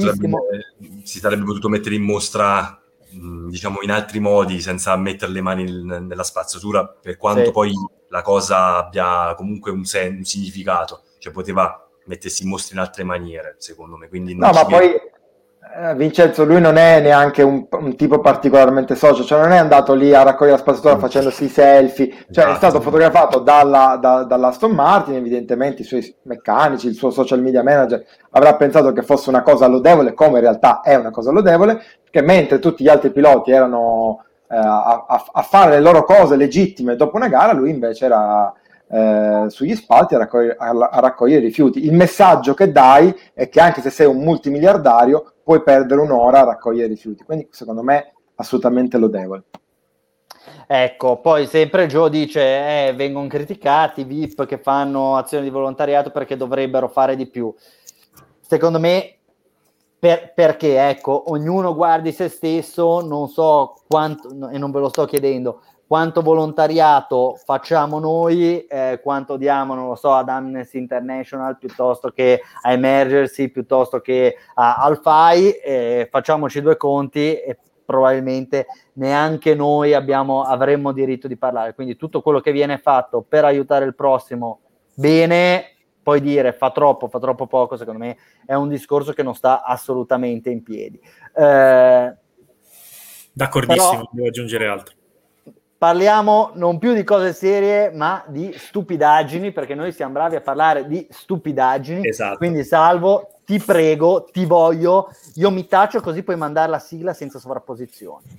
[SPEAKER 4] si sarebbe potuto mettere in mostra, diciamo, in altri modi, senza mettere le mani nella spazzatura, per quanto poi la cosa abbia comunque un significato, cioè poteva mettersi in mostra in altre maniere, secondo me. Quindi
[SPEAKER 3] no, ma poi Vincenzo, lui non è neanche un tipo particolarmente social, cioè non è andato lì a raccogliere la spazzatura facendosi i selfie, cioè è stato fotografato dall'Aston Martin, evidentemente i suoi meccanici, il suo social media manager avrà pensato che fosse una cosa lodevole, come in realtà è una cosa lodevole, che mentre tutti gli altri piloti erano a fare le loro cose legittime dopo una gara, lui invece era sugli spalti a raccogliere rifiuti. Il messaggio che dai è che anche se sei un multimiliardario puoi perdere un'ora a raccogliere rifiuti, quindi secondo me assolutamente lodevole.
[SPEAKER 1] Ecco, poi sempre Joe dice vengono criticati i VIP che fanno azioni di volontariato perché dovrebbero fare di più. Secondo me perché ecco, ognuno guardi se stesso, non so quanto, e non ve lo sto chiedendo, quanto volontariato facciamo noi, quanto diamo, non lo so, ad Amnesty International piuttosto che a Emergency, piuttosto che al FAI, facciamoci due conti e probabilmente neanche noi avremmo diritto di parlare. Quindi tutto quello che viene fatto per aiutare il prossimo, bene, poi dire fa troppo poco, secondo me è un discorso che non sta assolutamente in piedi.
[SPEAKER 2] D'accordissimo, devo aggiungere altro.
[SPEAKER 1] Parliamo non più di cose serie, ma di stupidaggini, perché noi siamo bravi a parlare di stupidaggini.
[SPEAKER 2] Esatto.
[SPEAKER 1] Quindi Salvo, ti prego, ti voglio, io mi taccio così puoi mandare la sigla senza sovrapposizioni.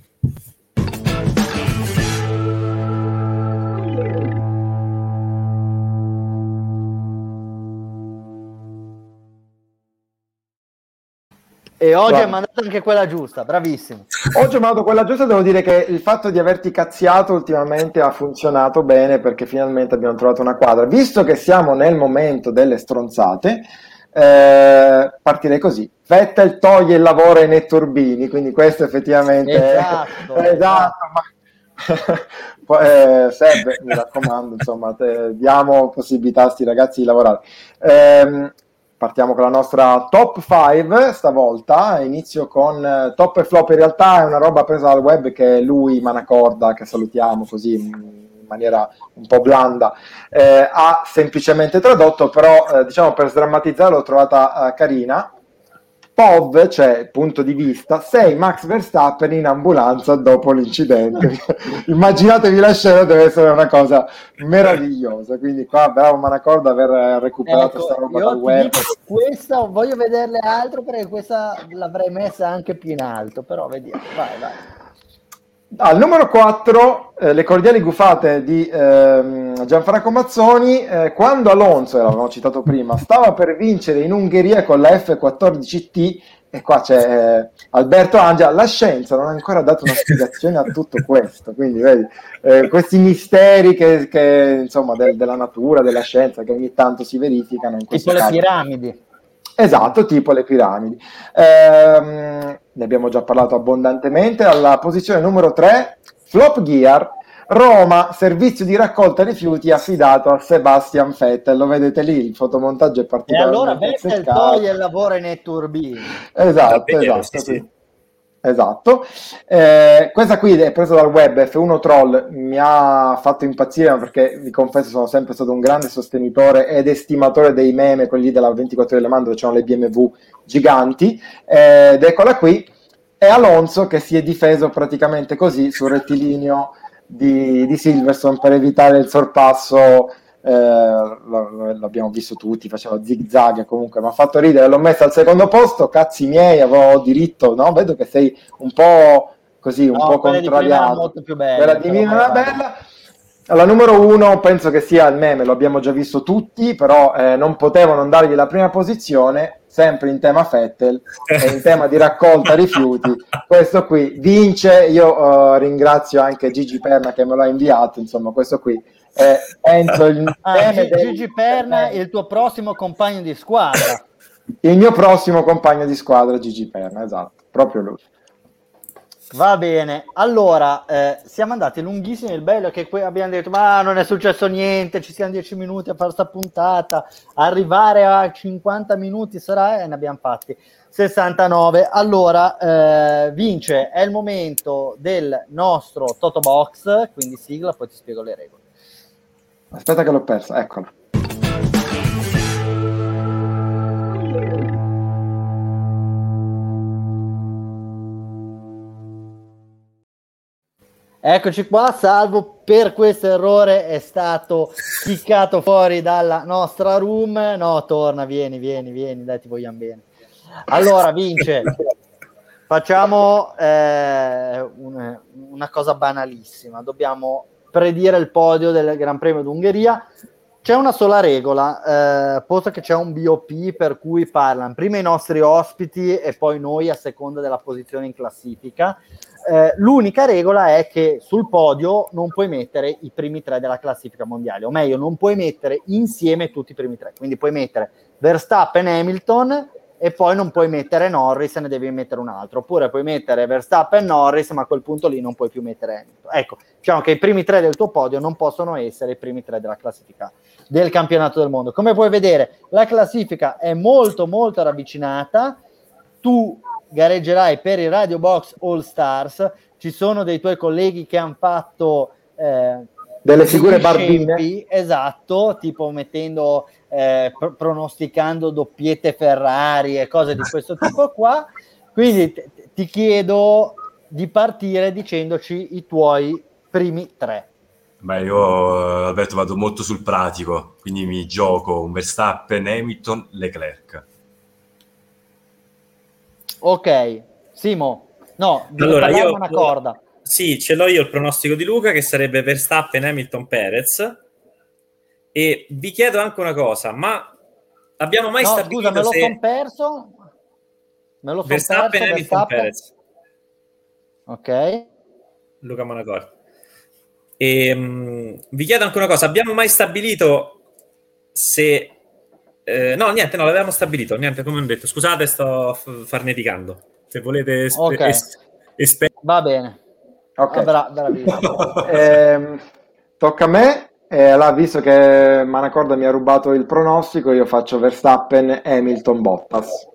[SPEAKER 1] E oggi hai mandato anche quella giusta, bravissimo.
[SPEAKER 3] Oggi ho mandato quella giusta, devo dire che il fatto di averti cazziato ultimamente ha funzionato bene perché finalmente abbiamo trovato una quadra. Visto che siamo nel momento delle stronzate, partirei così. Vettel toglie il lavoro ai netturbini, quindi questo effettivamente esatto. Ma Seb, mi raccomando, insomma, diamo possibilità a sti ragazzi di lavorare. Partiamo con la nostra top 5 stavolta, inizio con top e flop, in realtà è una roba presa dal web che lui, Manacorda, che salutiamo così in maniera un po' blanda, ha semplicemente tradotto, però diciamo per sdrammatizzare l'ho trovata carina. POV, cioè punto di vista, 6 Max Verstappen in ambulanza dopo l'incidente. Immaginatevi la scena, deve essere una cosa meravigliosa, quindi qua bravo Manacorda aver recuperato questa roba dal web.
[SPEAKER 1] Questa voglio vederle altro perché questa l'avrei messa anche più in alto, però vediamo, vai.
[SPEAKER 3] Al numero 4, le cordiali gufate di Gianfranco Mazzoni, quando Alonso, l'avevamo citato prima, stava per vincere in Ungheria con la F14T, e qua c'è Alberto Angia, la scienza non ha ancora dato una spiegazione a tutto questo, quindi vedi, questi misteri che insomma della natura, della scienza, che ogni tanto si verificano in questo
[SPEAKER 1] caso. Tipo le piramidi.
[SPEAKER 3] Esatto, tipo le piramidi. Ne abbiamo già parlato abbondantemente. Alla posizione numero 3, Flop Gear, Roma, servizio di raccolta rifiuti affidato a Sebastian Vettel. Lo vedete lì, il fotomontaggio è particolarmente
[SPEAKER 1] e allora Vettel toglie il lavoro ai netturbini.
[SPEAKER 3] Esatto. Sì. Esatto, questa qui è presa dal web, F1 Troll, mi ha fatto impazzire perché vi confesso sono sempre stato un grande sostenitore ed estimatore dei meme, quelli della 24 ore Le Mans dove c'erano le BMW giganti, ed eccola qui, è Alonso che si è difeso praticamente così sul rettilineo di Silverstone per evitare il sorpasso. L'abbiamo visto tutti, faceva zig zag, comunque mi ha fatto ridere, l'ho messa al secondo posto, cazzi miei, avevo diritto, no? Vedo che sei un po' così, un po' contrariato, quella di Mina è una bella. Alla numero 1 penso che sia il meme, lo abbiamo già visto tutti, però non potevo non dargli la prima posizione, sempre in tema Vettel e in tema di raccolta rifiuti. Questo qui vince, io ringrazio anche Gigi Perna che me l'ha inviato, insomma questo qui penso
[SPEAKER 1] Gigi Perna, il tuo prossimo compagno di squadra.
[SPEAKER 3] Il mio prossimo compagno di squadra, Gigi Perna, esatto, proprio lui.
[SPEAKER 1] Va bene, allora siamo andati lunghissimi, il bello è che qui abbiamo detto ma non è successo niente, ci siamo 10 minuti a fare sta puntata, arrivare a 50 minuti sarà e ne abbiamo fatti 69. Allora vince, è il momento del nostro Toto Box, quindi sigla, poi ti spiego le regole.
[SPEAKER 3] Aspetta che l'ho persa, eccola.
[SPEAKER 1] Eccoci qua, Salvo per questo errore è stato kickato fuori dalla nostra room. No, torna, vieni, dai, ti vogliamo bene. Allora, Vince, facciamo una cosa banalissima. Dobbiamo predire il podio del Gran Premio d'Ungheria. C'è una sola regola, posto che c'è un BOP per cui parlano prima i nostri ospiti e poi noi a seconda della posizione in classifica. L'unica regola è che sul podio non puoi mettere i primi 3 della classifica mondiale, o meglio, non puoi mettere insieme tutti i primi 3. Quindi puoi mettere Verstappen, Hamilton e poi non puoi mettere Norris e ne devi mettere un altro, oppure puoi mettere Verstappen, Norris, ma a quel punto lì non puoi più mettere Hamilton. Ecco, diciamo che i primi 3 del tuo podio non possono essere i primi 3 della classifica del campionato del mondo. Come puoi vedere, la classifica è molto molto ravvicinata. Tu gareggerai per i Radio Box All Stars, ci sono dei tuoi colleghi che hanno fatto
[SPEAKER 3] delle figure barbine,
[SPEAKER 1] esatto, tipo mettendo pronosticando doppiette Ferrari e cose di questo tipo qua. Quindi ti chiedo di partire dicendoci i tuoi primi 3.
[SPEAKER 4] Beh, io Alberto vado molto sul pratico, quindi mi gioco un Verstappen, Hamilton, Leclerc.
[SPEAKER 1] Ok, Simo, no,
[SPEAKER 2] allora io
[SPEAKER 1] una corda.
[SPEAKER 2] Sì, ce l'ho io il pronostico di Luca, che sarebbe Verstappen, Hamilton, Perez. E vi chiedo anche una cosa, ma abbiamo mai stabilito
[SPEAKER 1] scusa, me lo son perso?
[SPEAKER 2] Verstappen, Hamilton, Perez.
[SPEAKER 1] Ok.
[SPEAKER 2] Luca Manacor. E vi chiedo anche una cosa, abbiamo mai stabilito se... no, l'avevamo stabilito, come ho detto. Scusate, sto farneticando. Se volete...
[SPEAKER 1] Va bene.
[SPEAKER 3] Ok.
[SPEAKER 1] Bravissimo.
[SPEAKER 3] Tocca a me. Allora, visto che Manacorda mi ha rubato il pronostico, io faccio Verstappen, Hamilton, Bottas.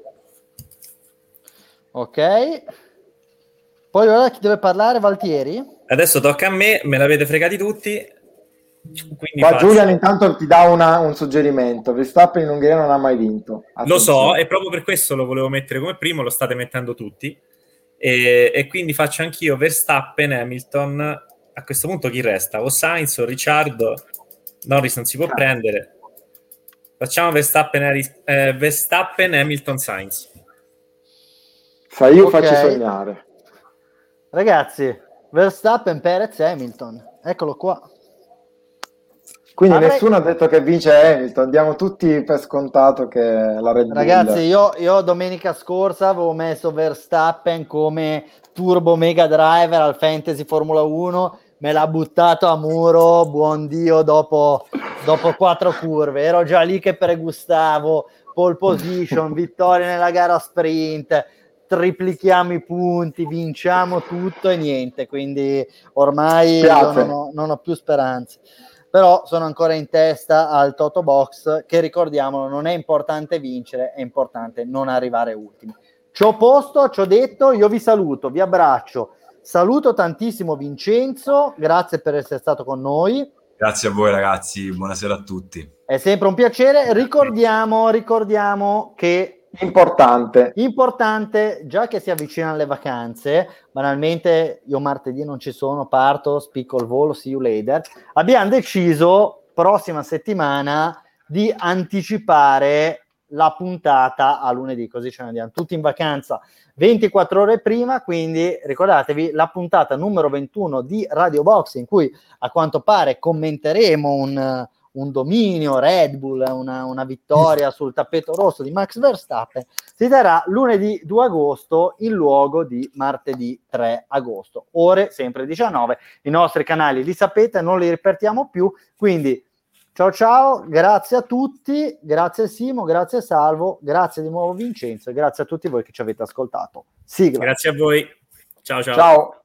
[SPEAKER 1] Ok. Poi ora chi deve parlare? Valtieri?
[SPEAKER 2] Adesso tocca a me, me l'avete fregati tutti.
[SPEAKER 3] Qua Giulian intanto ti dà un suggerimento. Verstappen in Ungheria non ha mai vinto. Attenzione.
[SPEAKER 2] Lo so, e proprio per questo lo volevo mettere come primo, lo state mettendo tutti. E quindi faccio anch'io Verstappen, Hamilton. A questo punto chi resta? O Sainz o Ricciardo? Norris non si può prendere. Facciamo Verstappen, Hamilton, Sainz.
[SPEAKER 3] Io faccio sognare.
[SPEAKER 1] Ragazzi, Verstappen, Perez, Hamilton. Eccolo qua.
[SPEAKER 3] Quindi nessuno ha detto che vince Hamilton, diamo tutti per scontato che la Red Bull...
[SPEAKER 1] Ragazzi, io domenica scorsa avevo messo Verstappen come turbo mega driver al Fantasy Formula 1, me l'ha buttato a muro, buon Dio, dopo 4 curve. Ero già lì che pregustavo, pole position, vittoria nella gara sprint, triplichiamo i punti, vinciamo tutto e niente, quindi ormai io non ho più speranze. Però sono ancora in testa al Toto Box, che ricordiamolo, non è importante vincere, è importante non arrivare ultimi. Ci ho posto, ci ho detto, io vi saluto, vi abbraccio, saluto tantissimo Vincenzo, grazie per essere stato con noi.
[SPEAKER 4] Grazie a voi ragazzi, buonasera a tutti.
[SPEAKER 1] È sempre un piacere, ricordiamo che
[SPEAKER 3] importante,
[SPEAKER 1] già che si avvicinano le vacanze, banalmente io martedì non ci sono, parto, spicco il volo, see you later, abbiamo deciso prossima settimana di anticipare la puntata a lunedì, così ce ne andiamo tutti in vacanza 24 ore prima, quindi ricordatevi la puntata numero 21 di Radio Box, in cui a quanto pare commenteremo un dominio Red Bull, una vittoria sul tappeto rosso di Max Verstappen, si darà lunedì 2 agosto in luogo di martedì 3 agosto, ore sempre 19. I nostri canali li sapete, non li ripetiamo più, quindi ciao, grazie a tutti, grazie Simo, grazie Salvo, grazie di nuovo Vincenzo e grazie a tutti voi che ci avete ascoltato. Sigla.
[SPEAKER 2] Grazie a voi. Ciao.
[SPEAKER 3] Ciao.